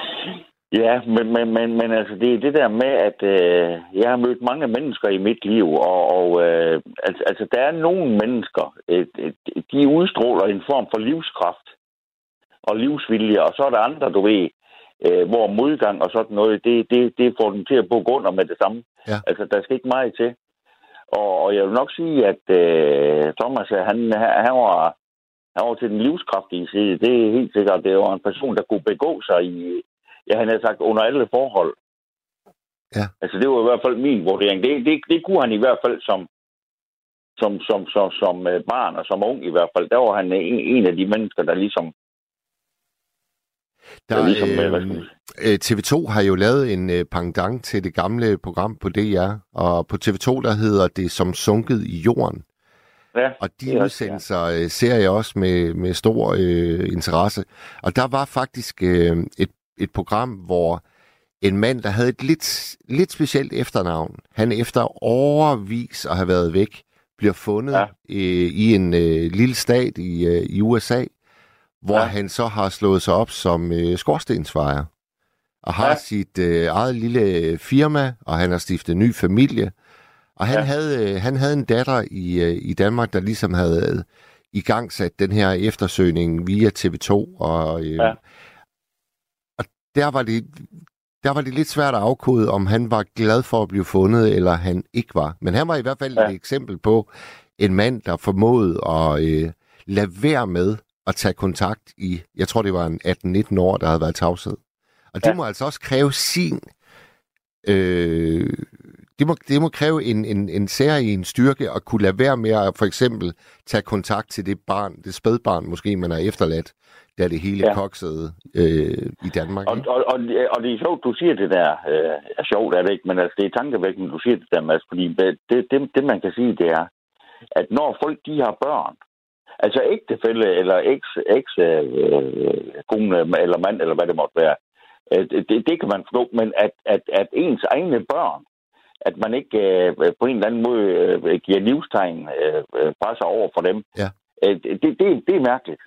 Ja, men, men, men, men altså, det er det der med, at øh, jeg har mødt mange mennesker i mit liv, og, og øh, altså, altså, der er nogle mennesker, øh, de udstråler en form for livskraft og livsvilje, og så er der andre, du ved, øh, hvor modgang og sådan noget, det, det, det får dem til at bukke under med det samme. Ja. Altså, der skal ikke meget til. Og, og jeg vil nok sige, at øh, Thomas, han, han, var, han var til den livskraftige side. Det er helt sikkert, det var en person, der kunne begå sig i, ja, han havde sagt, under alle forhold. Ja. Altså, det var i hvert fald min vurdering. Det, det, det kunne han i hvert fald som, som, som, som, som barn og som ung i hvert fald. Der var han en, en af de mennesker, der ligesom... Der, der ligesom øh, T V to har jo lavet en øh, pendant til det gamle program på D R, og på T V to, der hedder det Som sunket i jorden. Ja, og de udsendelser ja. ser jeg også med, med stor øh, interesse. Og der var faktisk øh, et, et program, hvor en mand, der havde et lidt, lidt specielt efternavn, han efter årevis at have været væk, bliver fundet ja. øh, i en øh, lille stat i, øh, i U S A, hvor ja. han så har slået sig op som øh, skorstensfejer, og har ja. sit øh, eget lille firma, og han har stiftet en ny familie. Og han, ja. havde, øh, han havde en datter i, øh, i Danmark, der ligesom havde øh, igangsat den her eftersøgning via T V to. Og, øh, ja. og der, var det, der var det lidt svært at afkode, om han var glad for at blive fundet, eller han ikke var. Men han var i hvert fald ja. et eksempel på en mand, der formåede at øh, lade være med at tage kontakt i, jeg tror det var en atten nitten år, der havde været tavshed. Og det ja. må altså også kræve sin, øh, det, må, det må kræve en, en, en særlig styrke at kunne lade være med at for eksempel tage kontakt til det barn, det spædbarn måske, man har efterladt, da det hele ja. koksede øh, i Danmark. Og, og, og, og det er sjovt, du siger det der, øh, er sjovt er det ikke, men altså det er tankevækkende, du siger det der, Mads, fordi det, det, det man kan sige, det er, at når folk de har børn, altså ægtefælle eller eks, eks øh, kone eller mand, eller hvad det måtte være. Øh, det, det kan man forstå, men at, at, at ens egne børn, at man ikke øh, på en eller anden måde øh, giver livstegn, øh, presser over for dem, ja. øh, det, det, det er mærkeligt.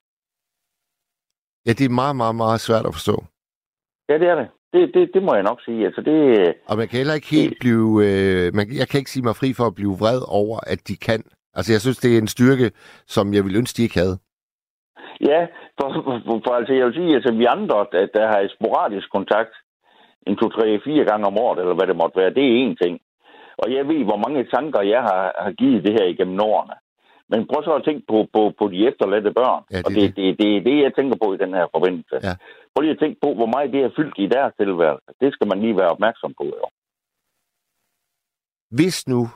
Ja, det er meget, meget, meget svært at forstå. Ja, det er det. Det, det, det må jeg nok sige. Altså, det, Og man kan heller ikke helt blive... Øh, man, jeg kan ikke sige mig fri for at blive vred over, at de kan. Altså, jeg synes, det er en styrke, som jeg ville ønske, de ikke havde. Ja, for, for, for altså, jeg vil sige, altså, vi andre, at der har sporadisk kontakt en, to, tre, fire gange om året, eller hvad det måtte være, det er én ting. Og jeg ved, hvor mange tanker jeg har, har givet det her igennem årene. Men prøv så at tænke på, på, på de efterladte børn. Ja, det, og det er det, det, det, det, jeg tænker på i den her forbindelse. Ja. Prøv lige at tænke på, hvor meget det er fyldt i deres tilværelse. Det skal man lige være opmærksom på, jo. Hvis nu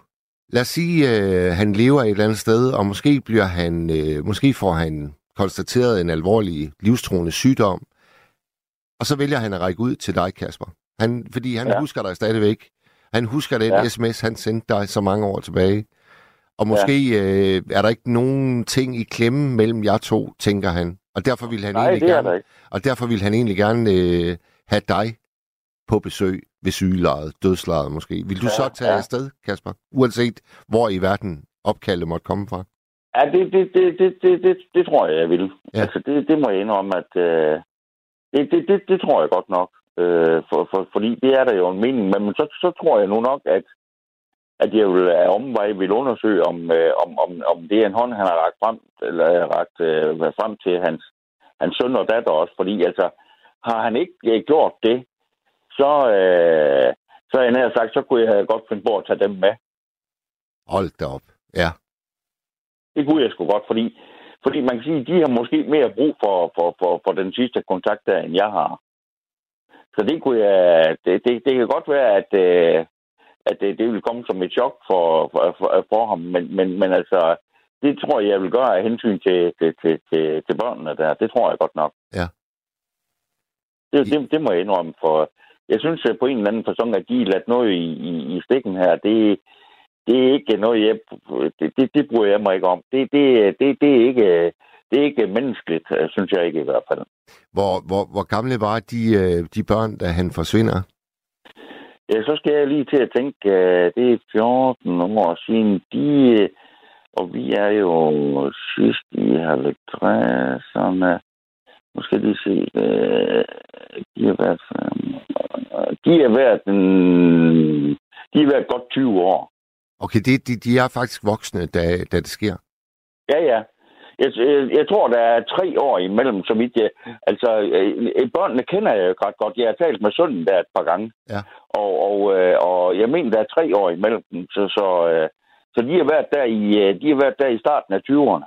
lad os sige, øh, han lever et eller andet sted, og måske bliver han, øh, måske får han konstateret en alvorlig livstruende sygdom, og så vælger han at række ud til dig, Kasper. Han, fordi han ja. husker dig stadigvæk. Han husker den ja. sms, han sendte dig så mange år tilbage. Og måske ja. øh, er der ikke nogen ting i klemme mellem jer to, tænker han. Og derfor vil han Nej, egentlig det gerne, og derfor vil han egentlig gerne øh, have dig på besøg ved sygelejet, dødslejet måske. Vil du ja, så tage ja. afsted, Kasper? Uanset hvor i verden opkaldet måtte komme fra? Ja, det, det, det, det, det, det, det tror jeg, jeg vil. Ja. Altså, det, det må jeg indrømme, at øh, det, det, det, det tror jeg godt nok. Øh, for, for, fordi det er der jo en mening. Men så, så tror jeg nu nok, at, at jeg vil af omvej vil undersøge, om, øh, om, om, om det er en hånd, han har rakt frem, eller rakt øh, frem til hans, hans søn og datter også. Fordi altså, har han ikke øh, gjort det, så, øh, så er jeg nær sagt, så kunne jeg godt finde på at tage dem med. Hold da op, ja. Det kunne jeg sgu godt, fordi, fordi man kan sige, at de har måske mere brug for, for, for, for den sidste kontakt der, end jeg har. Så det kunne jeg, det, det, det kan godt være, at, at det, det vil komme som et chok for, for, for, for ham, men, men, men altså, det tror jeg, jeg vil gøre af hensyn til, til, til, til, til børnene der. Det tror jeg godt nok. Ja. Det, det, det må jeg indrømme, for jeg synes på en eller anden person, at de er ladt noget i, i, i stikken her. Det, det er ikke noget, jeg, det, det, det bruger jeg mig ikke om. Det, det, det, det, er ikke, det er ikke menneskeligt, synes jeg ikke i hvert fald. Hvor, hvor, hvor gamle var de, de børn, da han forsvinder? Ja, så skal jeg lige til at tænke, det er fjorten år siden. De, og vi er jo sidst i halvtredserne. Nu skal jeg lige se. De har været, de har været, de har været godt tyve år. Okay, de, de, de er faktisk voksne, da, da det sker? Ja, ja. Jeg, jeg, jeg tror, der er tre år imellem, så vidt jeg... Altså, øh, børnene kender jeg jo ret godt. Jeg har talt med sønnen der et par gange. Ja. Og, og, øh, og jeg mener, der er tre år imellem dem. Så, så, øh, så de, har været der i, de har været der i starten af tyverne.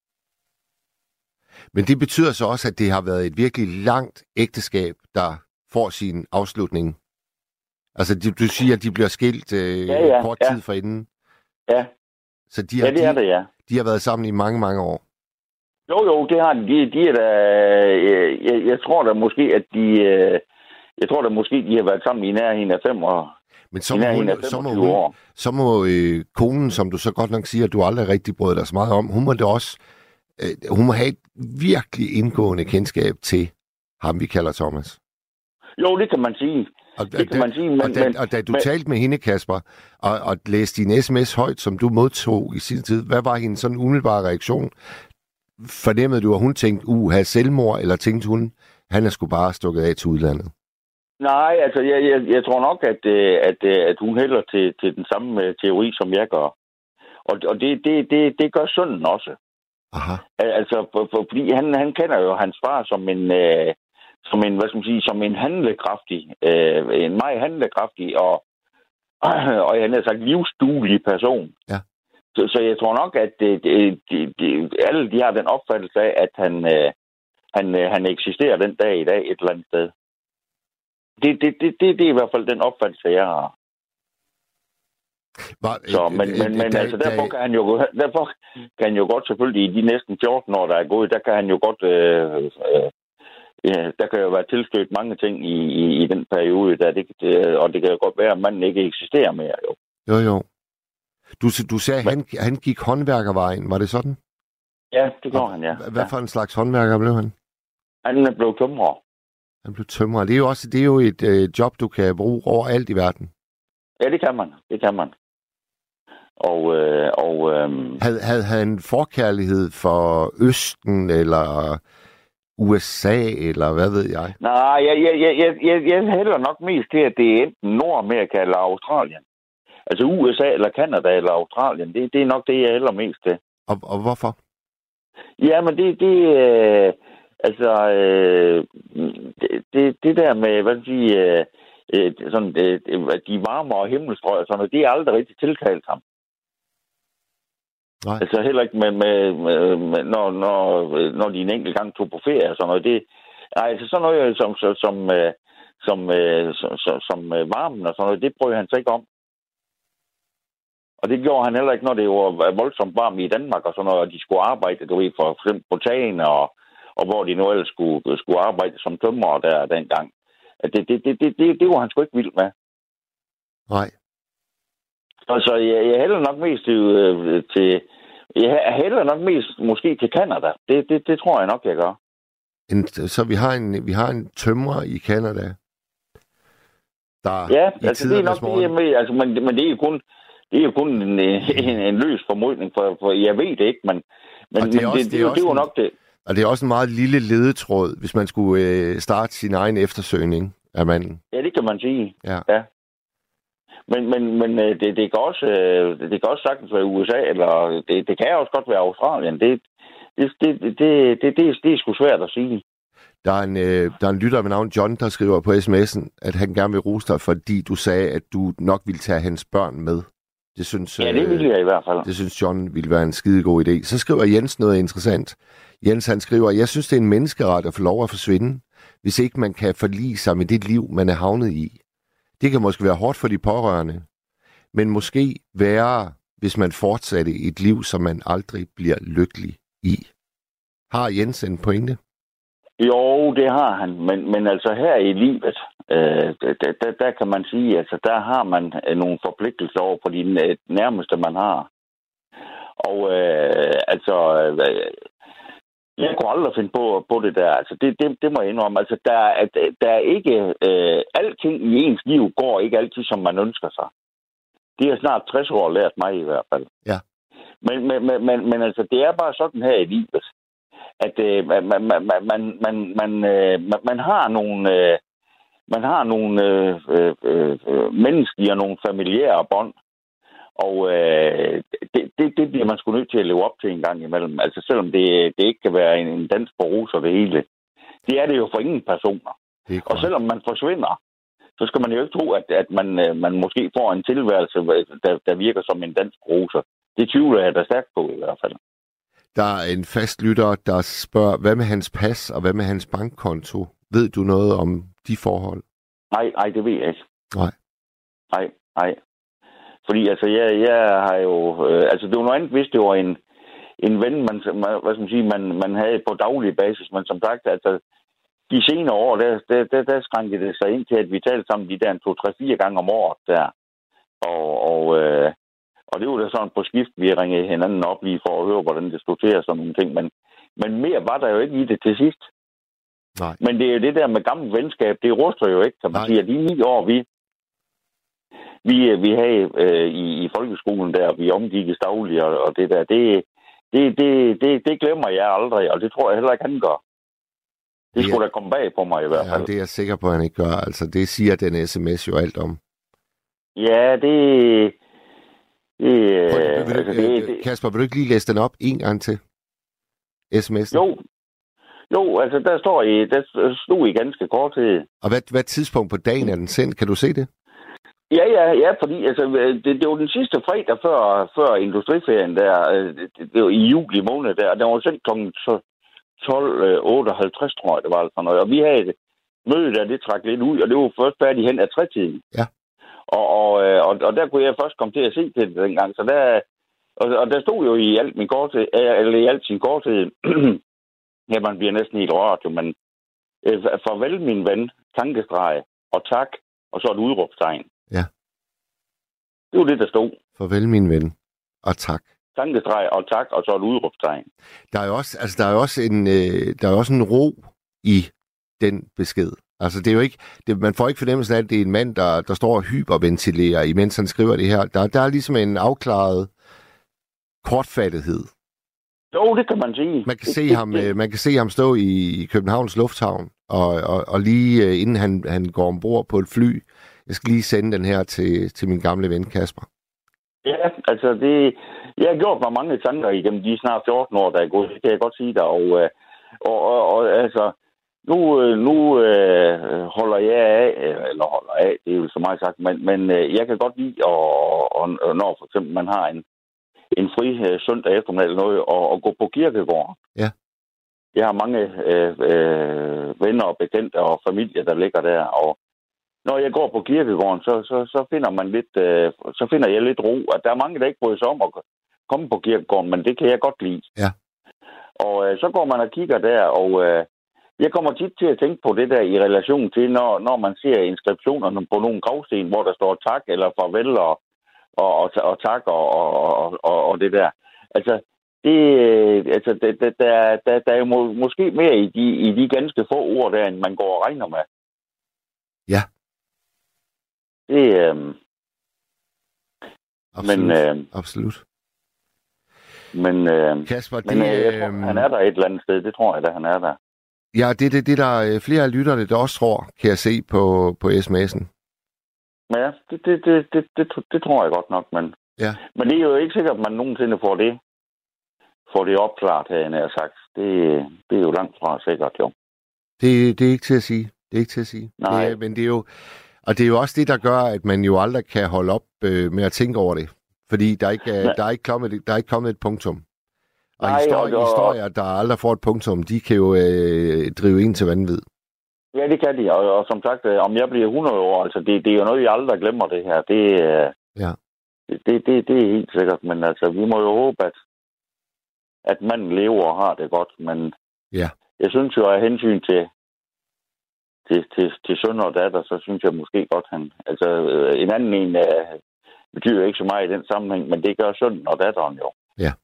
Men det betyder så også, at det har været et virkelig langt ægteskab, der får sin afslutning. Altså, du, du siger, at de bliver skilt øh, ja, ja, kort tid ja. forinden. Ja. Så de har, ja, det er de, det, ja. De har været sammen i mange, mange år. Jo, jo, det har de. De, de er da... Jeg, jeg tror da måske, at de... Jeg tror da måske, de har været sammen i nærheden af fem år. Men så må, hun, så må, hun, så må øh, konen, som du så godt nok siger, at du aldrig rigtig brød dig så meget om, hun må det også... Øh, hun må have et virkelig indgående kendskab til ham, vi kalder Thomas. Jo, det kan man sige. Og, det kan da, man sige, men, og, da, men, og da du men, talte med hende, Kasper, og, og læste din sms højt, som du modtog i sin tid, hvad var hendes sådan umiddelbare reaktion? Fornemmede du, at hun tænkte, uh, have selvmord, eller tænkte hun, han er sgu bare stukket af til udlandet? Nej, altså, jeg, jeg, jeg tror nok, at, at, at hun hælder til, til den samme teori, som jeg gør. Og, og det, det, det, det gør sønnen også. Aha. Altså, for, for, fordi han, han kender jo hans far som en... Øh, som en, hvad skal man sige, som en handlekraftig, øh, en meget handlekraftig og, og jeg har sagt livsduelig person. Ja. Så, så jeg tror nok, at det, det, det, det, alle de har den opfattelse af, at han, øh, han, øh, han eksisterer den dag i dag et eller andet sted. Det, det, det, det, det er i hvert fald den opfattelse, jeg har. Var, så, men men, men da, altså, derfor, kan han jo, derfor kan han jo godt selvfølgelig i de næsten fjorten år, der er gået, der kan han jo godt... Øh, øh, Ja, der kan jo være tilstødt mange ting i, i, i den periode, der det, det, og det kan jo godt være, at manden ikke eksisterer mere, jo. Jo, jo. Du, du sagde, at han, han gik håndværkervejen, var det sådan? Ja, det gjorde han, ja. Hvad for en slags håndværker blev han? Han blev tømrer. Han blev tømrer. Det er jo også det er jo et øh, job, du kan bruge overalt i verden. Ja, det kan man. Det kan man. Og... Øh, og øh... Havde, havde han forkærlighed for Østen, eller... U S A, eller hvad ved jeg? Nej, jeg, jeg, jeg, jeg, jeg hælder nok mest til, at det er enten Nordamerika eller Australien. Altså U S A eller Canada eller Australien. Det, det er nok det, jeg hælder mest til. Og, og hvorfor? Ja, men det... det øh, altså... Øh, det, det, det der med, hvad skal jeg sige... Øh, sådan, øh, de varme og himmelstrøg og sådan noget, det er aldrig rigtig tiltalt ham. Nej. Altså heller ikke med, med, med, med når, når, når de en enkelt gang tog på ferie og sådan noget. Det, altså sådan noget som, som, som, som, som, som, som varmen og sådan noget, det prøver han sig ikke om. Og det gjorde han heller ikke, når det var voldsomt varmt i Danmark og sådan noget, og de skulle arbejde, du ved, for eksempel på tagene, og, og hvor de nu ellers skulle, skulle arbejde som tømrer der dengang. Det, det, det, det, det, det var han sgu ikke vild med. Nej. Så, så jeg, jeg hælder nok mest til, til jeg hælder nok mest måske til Canada. Det, det, det tror jeg nok, jeg gør. En, så vi har en, vi har en tømrer i Canada, der ja, altså det er nok det med, altså, men, men det er jo kun, det er jo kun en, en, en løs formodning, for, for jeg ved det ikke, men, men, det, men også, det, det, det, det var nok det. Og det er også en meget lille ledetråd, hvis man skulle øh, starte sin egen eftersøgning af manden. Ja, det kan man sige. Ja. ja. Men, men, men det, det, kan også, det kan også sagtens være U S A, eller det, det kan også godt være Australien. Det, det, det, det, det, det, det, det er sgu svært at sige. Der er, en, øh, der er en lytter ved navn John, der skriver på sms'en, at han gerne vil rose dig, fordi du sagde, at du nok ville tage hans børn med. Det synes, ja, det ville jeg i hvert fald. Det synes John ville være en skidegod idé. Så skriver Jens noget interessant. Jens han skriver, jeg synes, det er en menneskeret at få lov at forsvinde, hvis ikke man kan forlige sig med det liv, man er havnet i. Det kan måske være hårdt for de pårørende, men måske værre, hvis man fortsatte et liv, som man aldrig bliver lykkelig i. Har Jens en pointe? Jo, det har han, men, men altså her i livet, øh, der, der, der kan man sige, altså der har man nogle forpligtelser over for de nærmeste, man har. Og øh, altså, øh, jeg kunne aldrig finde på, på det der, altså det, det, det må jeg indrømme. Altså der, at, der er ikke, øh, alting i ens liv går ikke altid, som man ønsker sig. Det har snart tres år lært mig i hvert fald. Ja. Men, men, men, men, men altså, det er bare sådan her i livet, at øh, man, man, man, man, man, man, øh, man har nogle, øh, man har nogle øh, øh, øh, menneskelige og nogle familiære bånd, og øh, det, det, det bliver man sgu nødt til at leve op til en gang imellem. Altså selvom det, det ikke kan være en, en dans på roser det hele. Det er det jo for ingen personer. Og selvom man forsvinder, så skal man jo ikke tro, at, at man, man måske får en tilværelse, der, der virker som en dans på roser. Det tvivler jeg da stærkt på i hvert fald. Der er en fast lytter, der spørger, hvad med hans pas og hvad med hans bankkonto? Ved du noget om de forhold? Nej, nej, det ved jeg ikke. Nej. Nej, nej. Fordi altså, jeg, jeg har jo... Øh, altså, det var noget andet, hvis det var en, en ven, man, hvad skal man sige, man, man havde på daglig basis. Men som sagt, altså, de senere år, der, der, der, der skrænkede det sig ind til, at vi talte sammen de der to, tre, fire gange om året der. Og, og, øh, og det var da sådan på skift, vi ringede hinanden op lige for at høre, hvordan det stod til og sådan nogle ting. Men, men mere var der jo ikke i det til sidst. Nej. Men det er jo det der med gammel venskab, det ruster jo ikke, kan man Nej. sige. At de ni år, vi... Vi, vi havde øh, i, i folkeskolen der, vi omgikkes dagligt, og, og det der, det, det, det, det, det glemmer jeg aldrig, og det tror jeg heller ikke, han gør. Det, det skulle er, da komme bag på mig i hvert fald. Ja, det er jeg sikker på, at han ikke gør. Altså, det siger den sms jo alt om. Ja, det... det, Prøv, vil du, altså, det, det Kasper, vil du ikke lige læse den op en gang til? sms'en? Jo. Jo, altså, der står i, der stod i ganske kort tid. Og hvad, hvad tidspunkt på dagen er den sendt? Kan du se det? Ja, ja, ja, fordi altså, det, det var den sidste fredag før, før industriferien der, det, det var i juli måned der, der var sendt klokken tolv otteoghalvtreds, tror jeg, det var altså noget. Og vi havde et møde der, det trak lidt ud, og det var først færdigt hen af trætiden. Ja. Og, og, og, og der kunne jeg først komme til at se til det dengang, så der, og, og der stod jo i alt min korthed, eller i alt sin korthed, ja, man bliver næsten helt rørt, jo, men farvel min ven, tankestreg, og tak, og så et udråbstegn. Ja. Det var det, der stod. Farvel, min ven. Og tak. Tankestreg og tak, og så et udråbstegn. Der er jo også, altså, der er også en, øh, der er også en ro i den besked. Altså, det er jo ikke, det, man får ikke fornemmelsen af, at det er en mand, der, der står og hyperventilerer, imens han skriver det her. Der, der er ligesom en afklaret kortfattighed. Jo, det kan man sige. Man kan se ham, man kan se ham stå i Københavns Lufthavn, og, og, og lige inden han, han går ombord på et fly, jeg skal lige sende den her til, til min gamle ven Kasper. Ja, altså det... Jeg har gjort mig mange tanker igennem de snart fjorten år, der er gået. Det kan jeg godt sige dig. Og, og, og, og altså... Nu, nu øh, holder jeg af, eller holder af, det er jo så meget sagt, men, men jeg kan godt lide, og, og, når for eksempel man har en, en fri søndag eftermiddag eller noget, og, og gå på kirkegården. Ja. Jeg har mange øh, øh, venner og bekendte og familier, der ligger der, og når jeg går på kirkegården, så, så, så finder man lidt, øh, så finder jeg lidt ro. At der er mange, der ikke bryder sig om at komme på kirkegården, men det kan jeg godt lide. Ja. Og øh, så går man og kigger der, og øh, jeg kommer tit til at tænke på det der i relation til, når, når man ser inskriptionerne på nogle gravsten, hvor der står tak eller farvel og, og, og, og tak og, og, og, og det der. Altså, det, altså det, det, der, der, der er jo må, måske mere i de, i de ganske få ord der, end man går og regner med. Ja. Det, øh, absolut. Men, øh, absolut. Men, øh, Kasper, men det, øh, jeg tror, han er der et eller andet sted. Det tror jeg, at han er der. Ja, det er det, det, der er flere af lytterne, der også tror, kan jeg se på, på sms'en. Ja, det, det, det, det, det, det tror jeg godt nok, men, ja. Men det er jo ikke sikkert, at man nogensinde får det, får det opklaret, havde jeg sagt. Det, det er jo langt fra sikkert, jo. Det, det er ikke til at sige. Det er ikke til at sige. Nej. Det er, men det er jo, og det er jo også det, der gør, at man jo aldrig kan holde op øh, med at tænke over det. Fordi der ikke er, der er ikke kommet, der er ikke kommet et punktum. Og Nej, historier, og, og, historier, der aldrig får et punktum, de kan jo øh, drive en til vanvid. Ja, det kan de. Og, og som sagt, om jeg bliver hundrede år, altså det, det er jo noget, jeg aldrig glemmer det her. Det, ja. det, det, det er helt sikkert. Men altså, vi må jo håbe, at, at manden lever og har det godt. Men ja. Jeg synes jo, af hensyn til, til, til, til søn og datter, så synes jeg måske godt, han... Altså, en anden en uh, betyder ikke så meget i den sammenhæng, men det gør sønnen og datteren jo. Ja.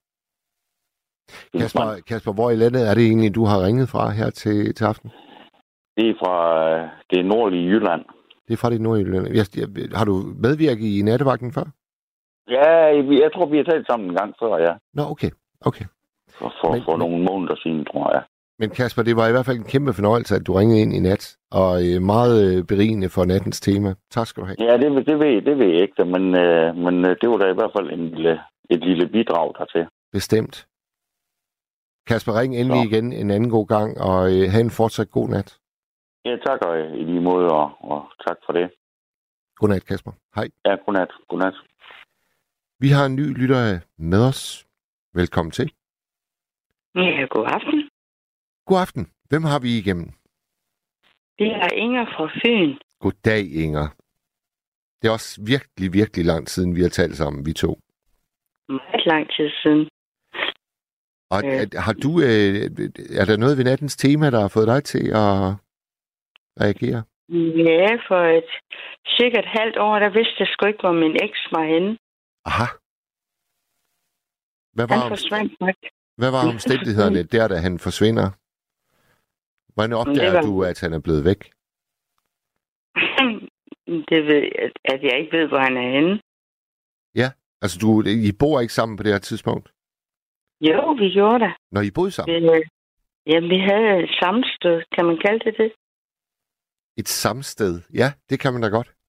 Kasper, Kasper, hvor i landet er det egentlig, du har ringet fra her til, til aften? Det er fra uh, det nordlige Jylland. Det er fra det nordlige Jylland. Jeg, jeg, har du medvirket i nattevagten før? Ja, jeg, jeg tror, vi har talt sammen en gang før, ja. Nå, okay. okay. For, for, men, for men, nogle måneder siden, tror jeg. Men Kasper, det var i hvert fald en kæmpe fornøjelse, at du ringede ind i nat, og øh, meget berigende for nattens tema. Tak skal du have. Ja, det, det, ved, det ved jeg ikke, men, øh, men det var da i hvert fald en lille, et lille bidrag dertil. Bestemt. Kasper, ring endelig Så. igen en anden god gang, og øh, have en fortsat god nat. Ja, tak og i lige måde, og, og tak for det. Godnat, Kasper. Hej. Ja, godnat. Godnat. Vi har en ny lytter med os. Velkommen til. Ja, god aften. God aften. Hvem har vi igennem? Det er Inger fra Fyn. Goddag, Inger. Det er også virkelig, virkelig lang siden, vi har talt sammen, vi to. Meget lang tid siden. Og øh. har du, øh, er der noget ved nattens tema, der har fået dig til at reagere? Ja, for et sikkert halvt år, der vidste jeg sgu ikke, hvor min eks var henne. Aha. Hvad var, han forsvandt nok. Hvad var omstændighederne der, da han forsvinder? Hvordan opdager var... du, at han er blevet væk? Det ved jeg, at jeg ikke ved, hvor han er henne. Ja, altså du, I bor ikke sammen på det her tidspunkt? Jo, vi gjorde det. Når I boede sammen? Vi, ja, vi havde et sammenstød. Kan man kalde det det? Et samsted? Ja, det kan man da godt.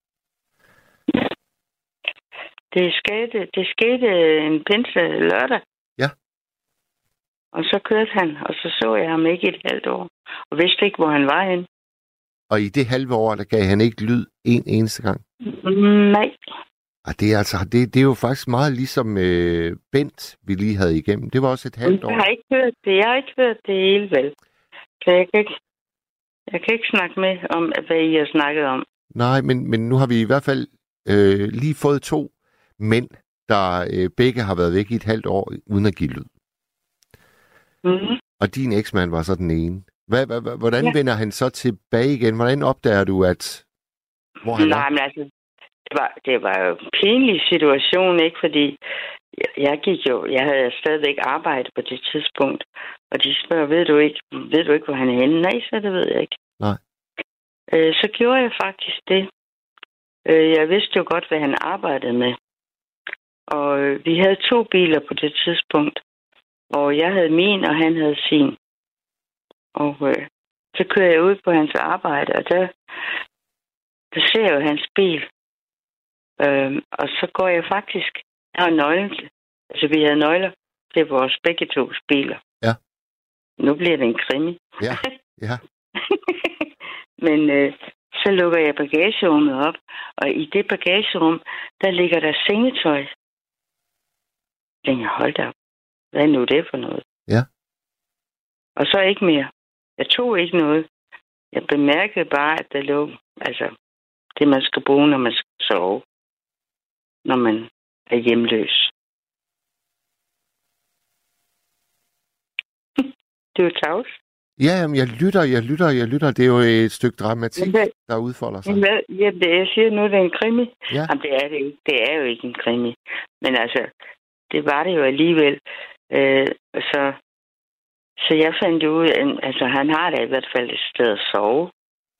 Det skete, det skete en pinse lørdag. Ja. Og så kørte han, og så så jeg ham ikke et halvt år. Og vidste ikke, hvor han var henne. Og i det halve år, der gav han ikke lyd en eneste gang? Nej. Og det er, altså, det, det er jo faktisk meget ligesom øh, Bent, vi lige havde igennem. Det var også et halvt år. Jeg har ikke hørt det. Jeg har ikke hørt det hele, vel. Så jeg kan ikke, jeg kan ikke snakke med om, hvad I har snakket om. Nej, men, men nu har vi i hvert fald øh, lige fået to mænd, der øh, begge har været væk i et halvt år, uden at give lyd. Mm-hmm. Og din eksmand var så den ene. Hvad, hvad, hvordan ja. vender han så tilbage igen? Hvordan opdager du, at hvor han Nej, er? men altså, det var, det var jo en pinlig situation, ikke? Fordi jeg, jeg gik jo, jeg havde stadigvæk arbejdet på det tidspunkt, og de spørger, ved du ikke, ved du ikke, hvor han er henne? Nej, så det ved jeg ikke. Nej. Øh, så gjorde jeg faktisk det. Øh, jeg vidste jo godt, hvad han arbejdede med. Og øh, vi havde to biler på det tidspunkt. Og jeg havde min, og han havde sin. Og øh, så kører jeg ud på hans arbejde, og der, der ser jeg jo hans bil. Øh, og så går jeg faktisk... Jeg har nøglen. Altså, vi havde nøgler til vores begge tos biler. Ja. Nu bliver det en krimi. Ja, ja. Men øh, så lukker jeg bagagerummet op, og i det bagagerum, der ligger der sengetøj. Jeg tænker, hold da op. Hvad er nu det for noget? Ja. Og så ikke mere. Jeg tog ikke noget. Jeg bemærkede bare, at der lå, altså, det, man skal bruge, når man skal sove. Når man er hjemløs. Det er jo tavs. Ja, jamen, jeg lytter, jeg lytter, jeg lytter. Det er jo et stykke dramatik, det, der udfolder sig. Ja, det, jeg siger nu, det er en krimi. Ja. Jamen, det er det ikke. Det er jo ikke en krimi. Men altså, det var det jo alligevel. Øh, så, så jeg fandt ud af, altså han har da i hvert fald et sted at sove.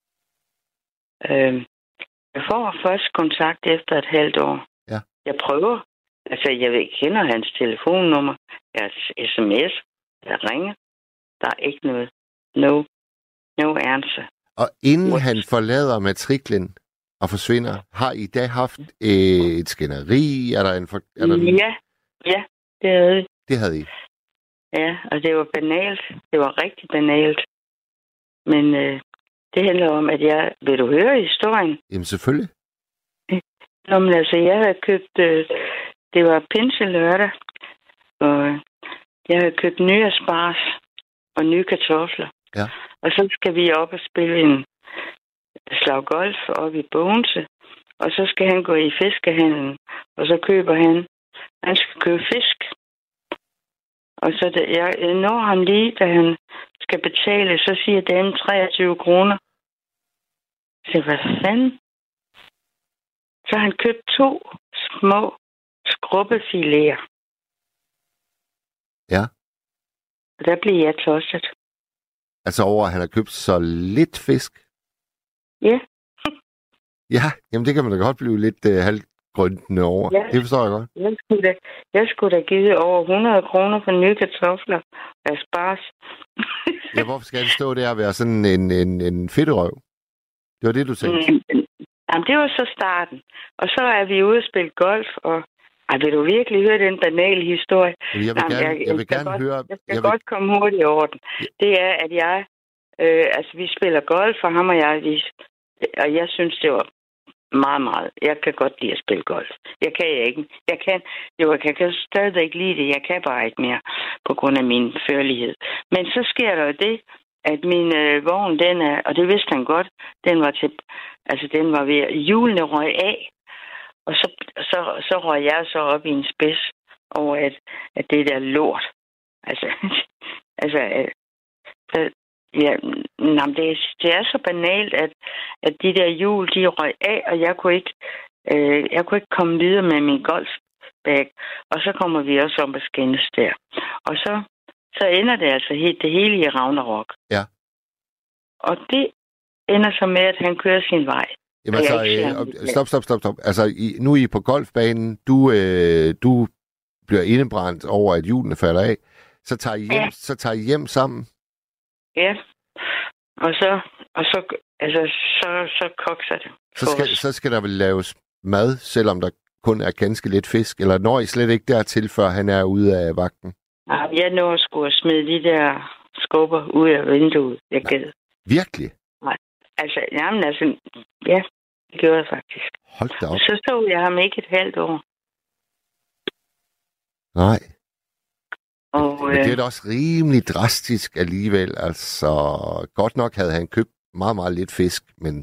Øh, jeg får først kontakt efter et halvt år. Ja. Jeg prøver. Altså, jeg kender hans telefonnummer. Jeg sms. Jeg ringer. Der er ikke noget. No. No answer. Og inden What? han forlader matriklen og forsvinder, har I da haft øh, et skænderi? Er der en... For, er der en... Ja. Ja, det havde I. Det havde I. Ja, og det var banalt. Det var rigtig banalt. Men øh, det handler om, at jeg... Vil du høre historien? Jamen selvfølgelig. Nå, men altså, jeg havde købt... Øh, det var pinselørdag, og jeg havde købt nye asparges og nye kartofler. Ja. Og så skal vi op og spille en slag golf op i Bogense. Og så skal han gå i fiskehandlen, og så køber han... Han skal købe fisk. Og så det, jeg når ham lige, da han skal betale, så siger damen treogtyve kroner. Så hvad fanden? Så har han købt to små skrubbefiléer. Ja. Og der blev jeg tosset. Altså over, at han har købt så lidt fisk? Ja. Ja, jamen det kan man da godt blive lidt uh, halvgrøntende over. Ja. Det forstår jeg godt. Jeg skulle da, jeg skulle da give over hundrede kroner for nye kartofler og asparges. Ja, hvorfor skal det stå der og være sådan en, en, en fedterøv? Det var det, du sagde. Mm, jamen, det var så starten. Og så er vi ude og spille golf, og ej, vil du virkelig høre den banale historie? Jeg vil Jamen, gerne, jeg, jeg vil jeg gerne godt, høre... Jeg skal jeg vil... godt komme hurtigt over den. Ja. Det er, at jeg... Øh, altså, vi spiller golf, og ham og jeg... Vi, og jeg synes, det var meget, meget... Jeg kan godt lide at spille golf. Jeg kan jeg ikke. Jeg kan, jo, jeg kan stadig ikke lide det. Jeg kan bare ikke mere, på grund af min førlighed. Men så sker der jo det, at min øh, vogn, den er... Og det vidste han godt. Den var til... Altså, den var ved... Hjulene røg af. Og så, så, så røg jeg så op i en spids over, at, at det der lort. Altså, altså øh, ja, jamen, det, er, det er så banalt, at, at de der hjul, de røg af, og jeg kunne ikke, øh, jeg kunne ikke komme videre med min golfbag. Og så kommer vi også om at skændes der. Og så, så ender det altså helt, det hele i Ragnarok. Ja. Og det ender så med, at han kører sin vej. Jamen altså, øh, stop, stop, stop, stop. Altså, I, nu er I på golfbanen. Du, øh, du bliver indebrændt over, at hjulene falder af. Så tager I hjem, ja. så tager I hjem sammen? Ja. Og så, og så, altså, så, så kokser det. Så skal, så skal der vel laves mad, selvom der kun er ganske lidt fisk? Eller når I slet ikke dertil, før han er ude af vagten? Ja, jeg når sgu at smide de der skubber ud af vinduet. Jeg gad. Virkelig? Nej. Altså, jamen altså, ja, det gjorde jeg faktisk. Hold da op. Så så jeg ham ikke et halvt år. Nej. Og, Men det er da også rimelig drastisk alligevel. Altså, godt nok havde han købt meget, meget lidt fisk, men...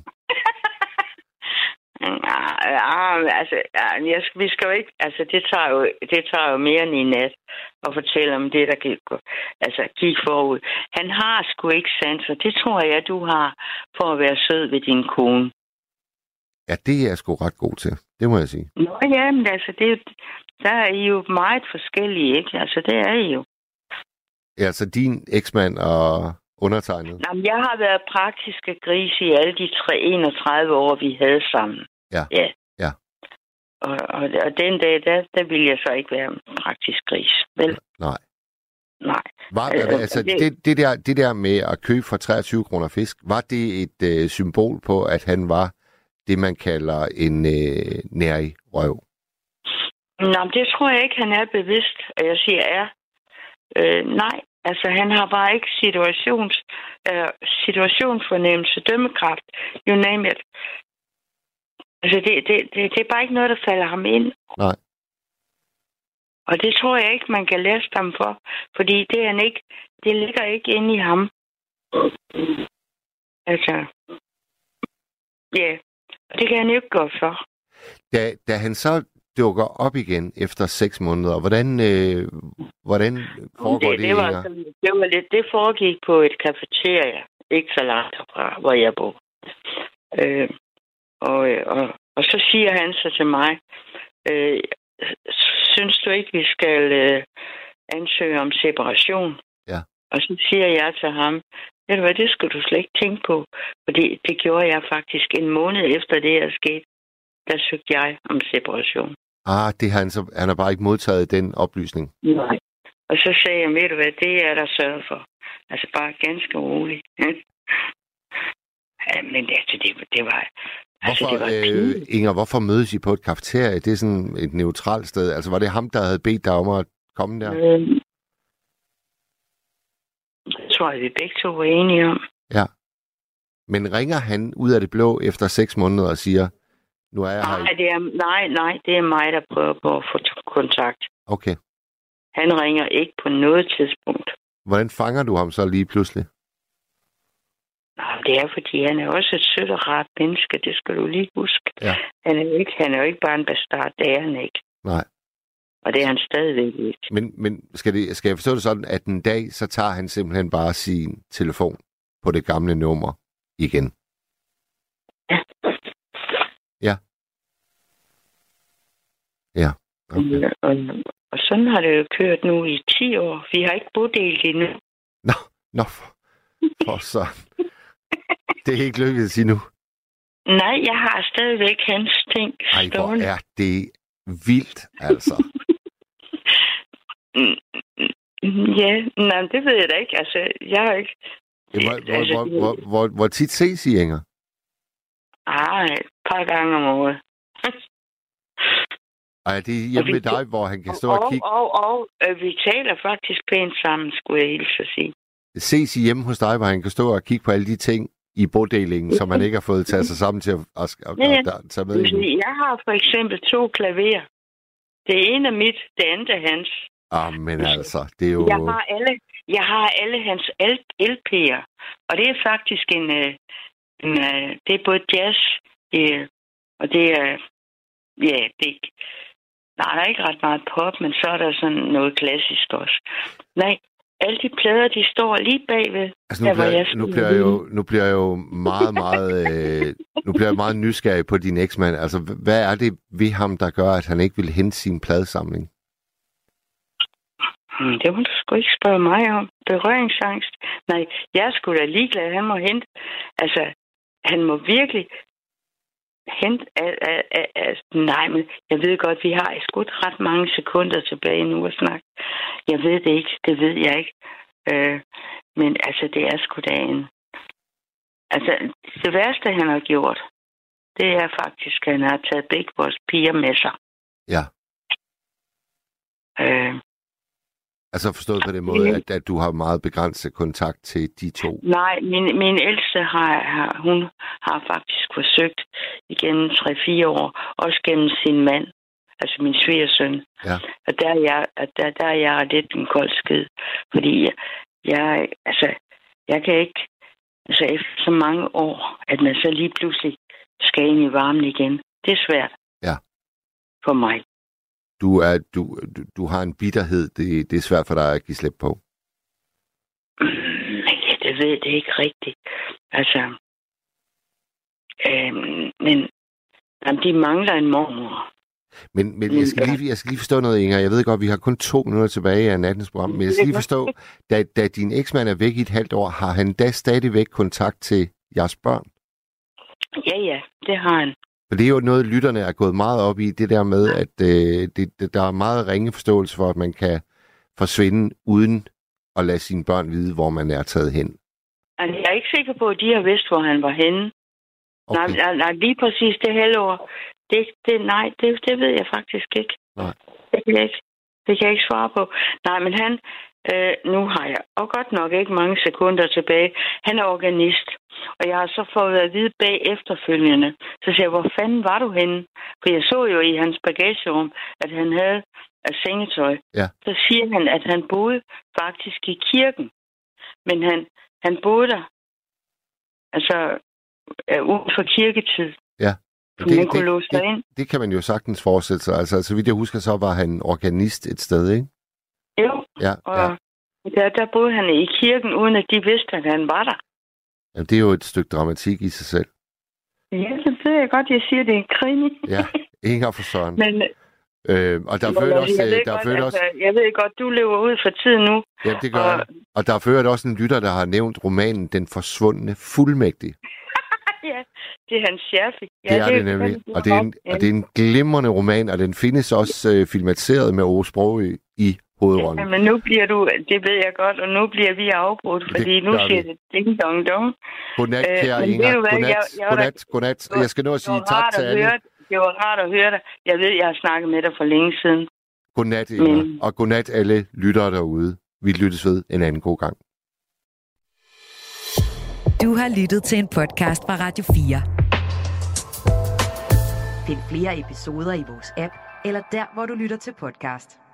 ja, ja, altså, ja, jeg, vi skal jo ikke... Altså, det tager jo, det tager jo mere end i nat at fortælle om det, der gik, altså, gik forud. Han har sgu ikke sanser. Det tror jeg, du har for at være sød ved din kone. Ja, det er jeg sgu ret god til. Det må jeg sige. Nå ja, men altså, det, der er I jo meget forskellige, ikke? Altså, det er I jo. Ja, altså din eksmand og undertegnet. Jamen, jeg har været praktiske gris i alle de tre, enogtredive år, vi havde sammen. Ja. Ja. ja. Og, og, og den dag, der, der ville jeg så ikke være en praktisk gris, vel? Nej. Nej. Var, altså, det, det, der, det der med at købe for treogtyve kroner fisk, var det et øh, symbol på, at han var det, man kalder en øh, nærig røv? Nå, det tror jeg ikke, han er bevidst, at jeg siger er. Øh, nej, altså han har bare ikke situations, øh, situationsfornemmelse, dømmekraft, you name it. Altså det, det, det, det er bare ikke noget, der falder ham ind. Nej. Og det tror jeg ikke, man kan læse ham for, fordi det er han ikke, det ligger ikke inde i ham. Altså, ja. Yeah. Og det kan han jo ikke gøre for. Da, da han så dukker op igen efter seks måneder, hvordan, øh, hvordan foregår det? Det, det, var sådan, det, var lidt, det foregik på et kafeteria, ikke så langt fra, hvor jeg bor. Øh, og, og, og så siger han så til mig, øh, synes du ikke, vi skal øh, ansøge om separation? Ja. Og så siger jeg til ham, ved du hvad, det skal du slet ikke tænke på. Fordi det gjorde jeg faktisk en måned efter det er sket. Der søgte jeg om separation. Ah, det har han, så, han har bare ikke modtaget den oplysning. Nej. Og så sagde jeg, ved du hvad, det er der sørget for. Altså bare ganske roligt. Ja, men altså, det, det var... Altså, Hvorfor, det var øh, Inger, hvorfor mødes I på et kafeterie? Det er sådan et neutralt sted. Altså, var det ham, der havde bedt dig om at komme der? Øh, det tror jeg, vi begge to var enige om. Ja. Men ringer han ud af det blå efter seks måneder og siger, nu er jeg nej, her? det er, nej, nej, det er mig, der prøver på at få kontakt. Okay. Han ringer ikke på noget tidspunkt. Hvordan fanger du ham så lige pludselig? Nej, det er, fordi han er også et sødt og rart menneske, det skal du lige huske. Ja. Han er jo ikke, han er jo ikke bare en bastard, det er han ikke. Nej. Og det er han stadigvæk ikke. Men, men skal, det, skal jeg forstå det sådan, at en dag, så tager han simpelthen bare sin telefon på det gamle nummer igen? Ja. Ja. Ja. Okay. Ja, og, og sådan har det jo kørt nu i ti år. Vi har ikke boddelt endnu. Nå, nå for, for sådan. Det er ikke lykkedes endnu. Nej, jeg har stadigvæk hans ting Ej, stående. hvor er det vildt, altså. Ja, nej, det ved jeg da ikke. Altså, jeg har ikke... Ja, hvor, hvor, altså, hvor, hvor, hvor, hvor tit ses I, Inger? Ah, et par gange om året. Ej, det er hjemme med dig, hvor han kan stå og, og kigge. Og, og, og øh, vi taler faktisk pænt sammen, skulle jeg hilse at sige. Ses I hjemme hos dig, hvor han kan stå og kigge på alle de ting i bodelingen, som han ikke har fået taget sig sammen til at, at, at, ja, at, at tage med endnu? Jeg har for eksempel to klaverer. Det ene er mit, det andet er hans. Ah, men altså, det er jo... Jeg har alle, jeg har alle hans L P'er, og det er faktisk en... en det er både jazz, det, og det er... Ja, det nej, der er ikke ret meget pop, men så er der sådan noget klassisk også. Nej, alle de plader, de står lige bagved. Altså, nu, der, bliver, jeg nu, bliver jeg jo, nu bliver jeg jo meget, meget... øh, nu bliver jeg meget nysgerrig på din eksmand. Altså, hvad er det ved ham, der gør, at han ikke vil hente sin pladesamling? Hmm, det må du sgu ikke spørge mig om. Berøringsangst. Nej, jeg er sgu da ligeglad, at han må hente. Altså, han må virkelig... Hent, a, a, a, a, nej, men jeg ved godt, vi har sgu ret mange sekunder tilbage nu at snakke. Jeg ved det ikke, det ved jeg ikke. Øh, men altså, det er sgu da en... Altså, det værste, han har gjort, det er faktisk, at han har taget begge vores piger med sig. Ja. Øh, altså forstået på den måde, at, at du har meget begrænset kontakt til de to? Nej, min, min ældste har, har, hun har faktisk forsøgt igennem tre fire år, også gennem sin mand, altså min svigersøn. Ja. Og der er jeg, der, der er jeg lidt en kold skid, fordi jeg, jeg, altså, jeg kan ikke, altså efter så mange år, at man så lige pludselig skal ind i varmen igen. Det er svært. Ja. For mig. Du, er, du, du, du har en bitterhed, det, det er svært for dig at give slip på. Ja, det ved det ikke rigtigt. Altså, øhm, men jamen, de mangler en mormor. Men, men jeg, skal lige, jeg skal lige forstå noget, Inger. Jeg ved godt, vi har kun to minutter tilbage af nattens program, men jeg skal lige forstå, da, da din eksmand er væk i et halvt år, har han da stadigvæk kontakt til jeres børn? Ja, ja, det har han. For det er jo noget, lytterne er gået meget op i, det der med, at øh, det, der er meget ringe forståelse for, at man kan forsvinde uden at lade sine børn vide, hvor man er taget hen. Altså, jeg er ikke sikker på, at de har vidst, hvor han var henne. Okay. Nej, nej, lige præcis det halvår. Det, det, nej, det, det ved jeg faktisk ikke. Nej. Det kan jeg ikke, det kan jeg ikke svare på. Nej, men han, øh, nu har jeg og godt nok ikke mange sekunder tilbage. Han er organist, og jeg har så fået at vide bag efterfølgende. Så siger jeg, hvor fanden var du henne? For jeg så jo i hans bagagerum, at han havde af sengetøj. Ja. Så siger han, at han boede faktisk i kirken. Men han, han boede der, altså, uh, uden for kirketid. Ja. Det, man kunne låse sig ind. Det, det kan man jo sagtens forestille sig. Altså, så vidt jeg husker, så var han organist et sted, ikke? Jo, ja, og ja. Der, der boede han i kirken, uden at de vidste, at han var der. Jamen, det er jo et stykke dramatik i sig selv. Ja, så ved jeg godt, jeg siger, det er en krimi. Ja, Inger for søren. Men, øh, og der er ført også... Jeg ved, der godt, altså, også... jeg ved godt, du lever ud for tiden nu. Ja, det gør og... jeg. Og der er ført også en lytter, der har nævnt romanen Den forsvundne fuldmægtig. Ja, det er Hans Scherfig. Ja, det er det, det nemlig. Det, og, det er en, ja. og det er en glimrende roman, og den findes også øh, filmatiseret med Ove Sprogøe i hovedrollen. Ja, men nu bliver du, det ved jeg godt, og nu bliver vi afbrudt, fordi det nu siger det ding dong dong. Godnat, kære øh, Inger. Godnat, jeg, jeg godnat, der, godnat. Jeg skal nå at sige tak til alle. Høre, det var rart at høre dig. Jeg ved, jeg har snakket med dig for længe siden. Godnat, Inger. Men... Og godnat alle lyttere derude. Vi lyttes ved en anden god gang. Du har lyttet til en podcast fra Radio fire. Find flere episoder i vores app, eller der, hvor du lytter til podcast.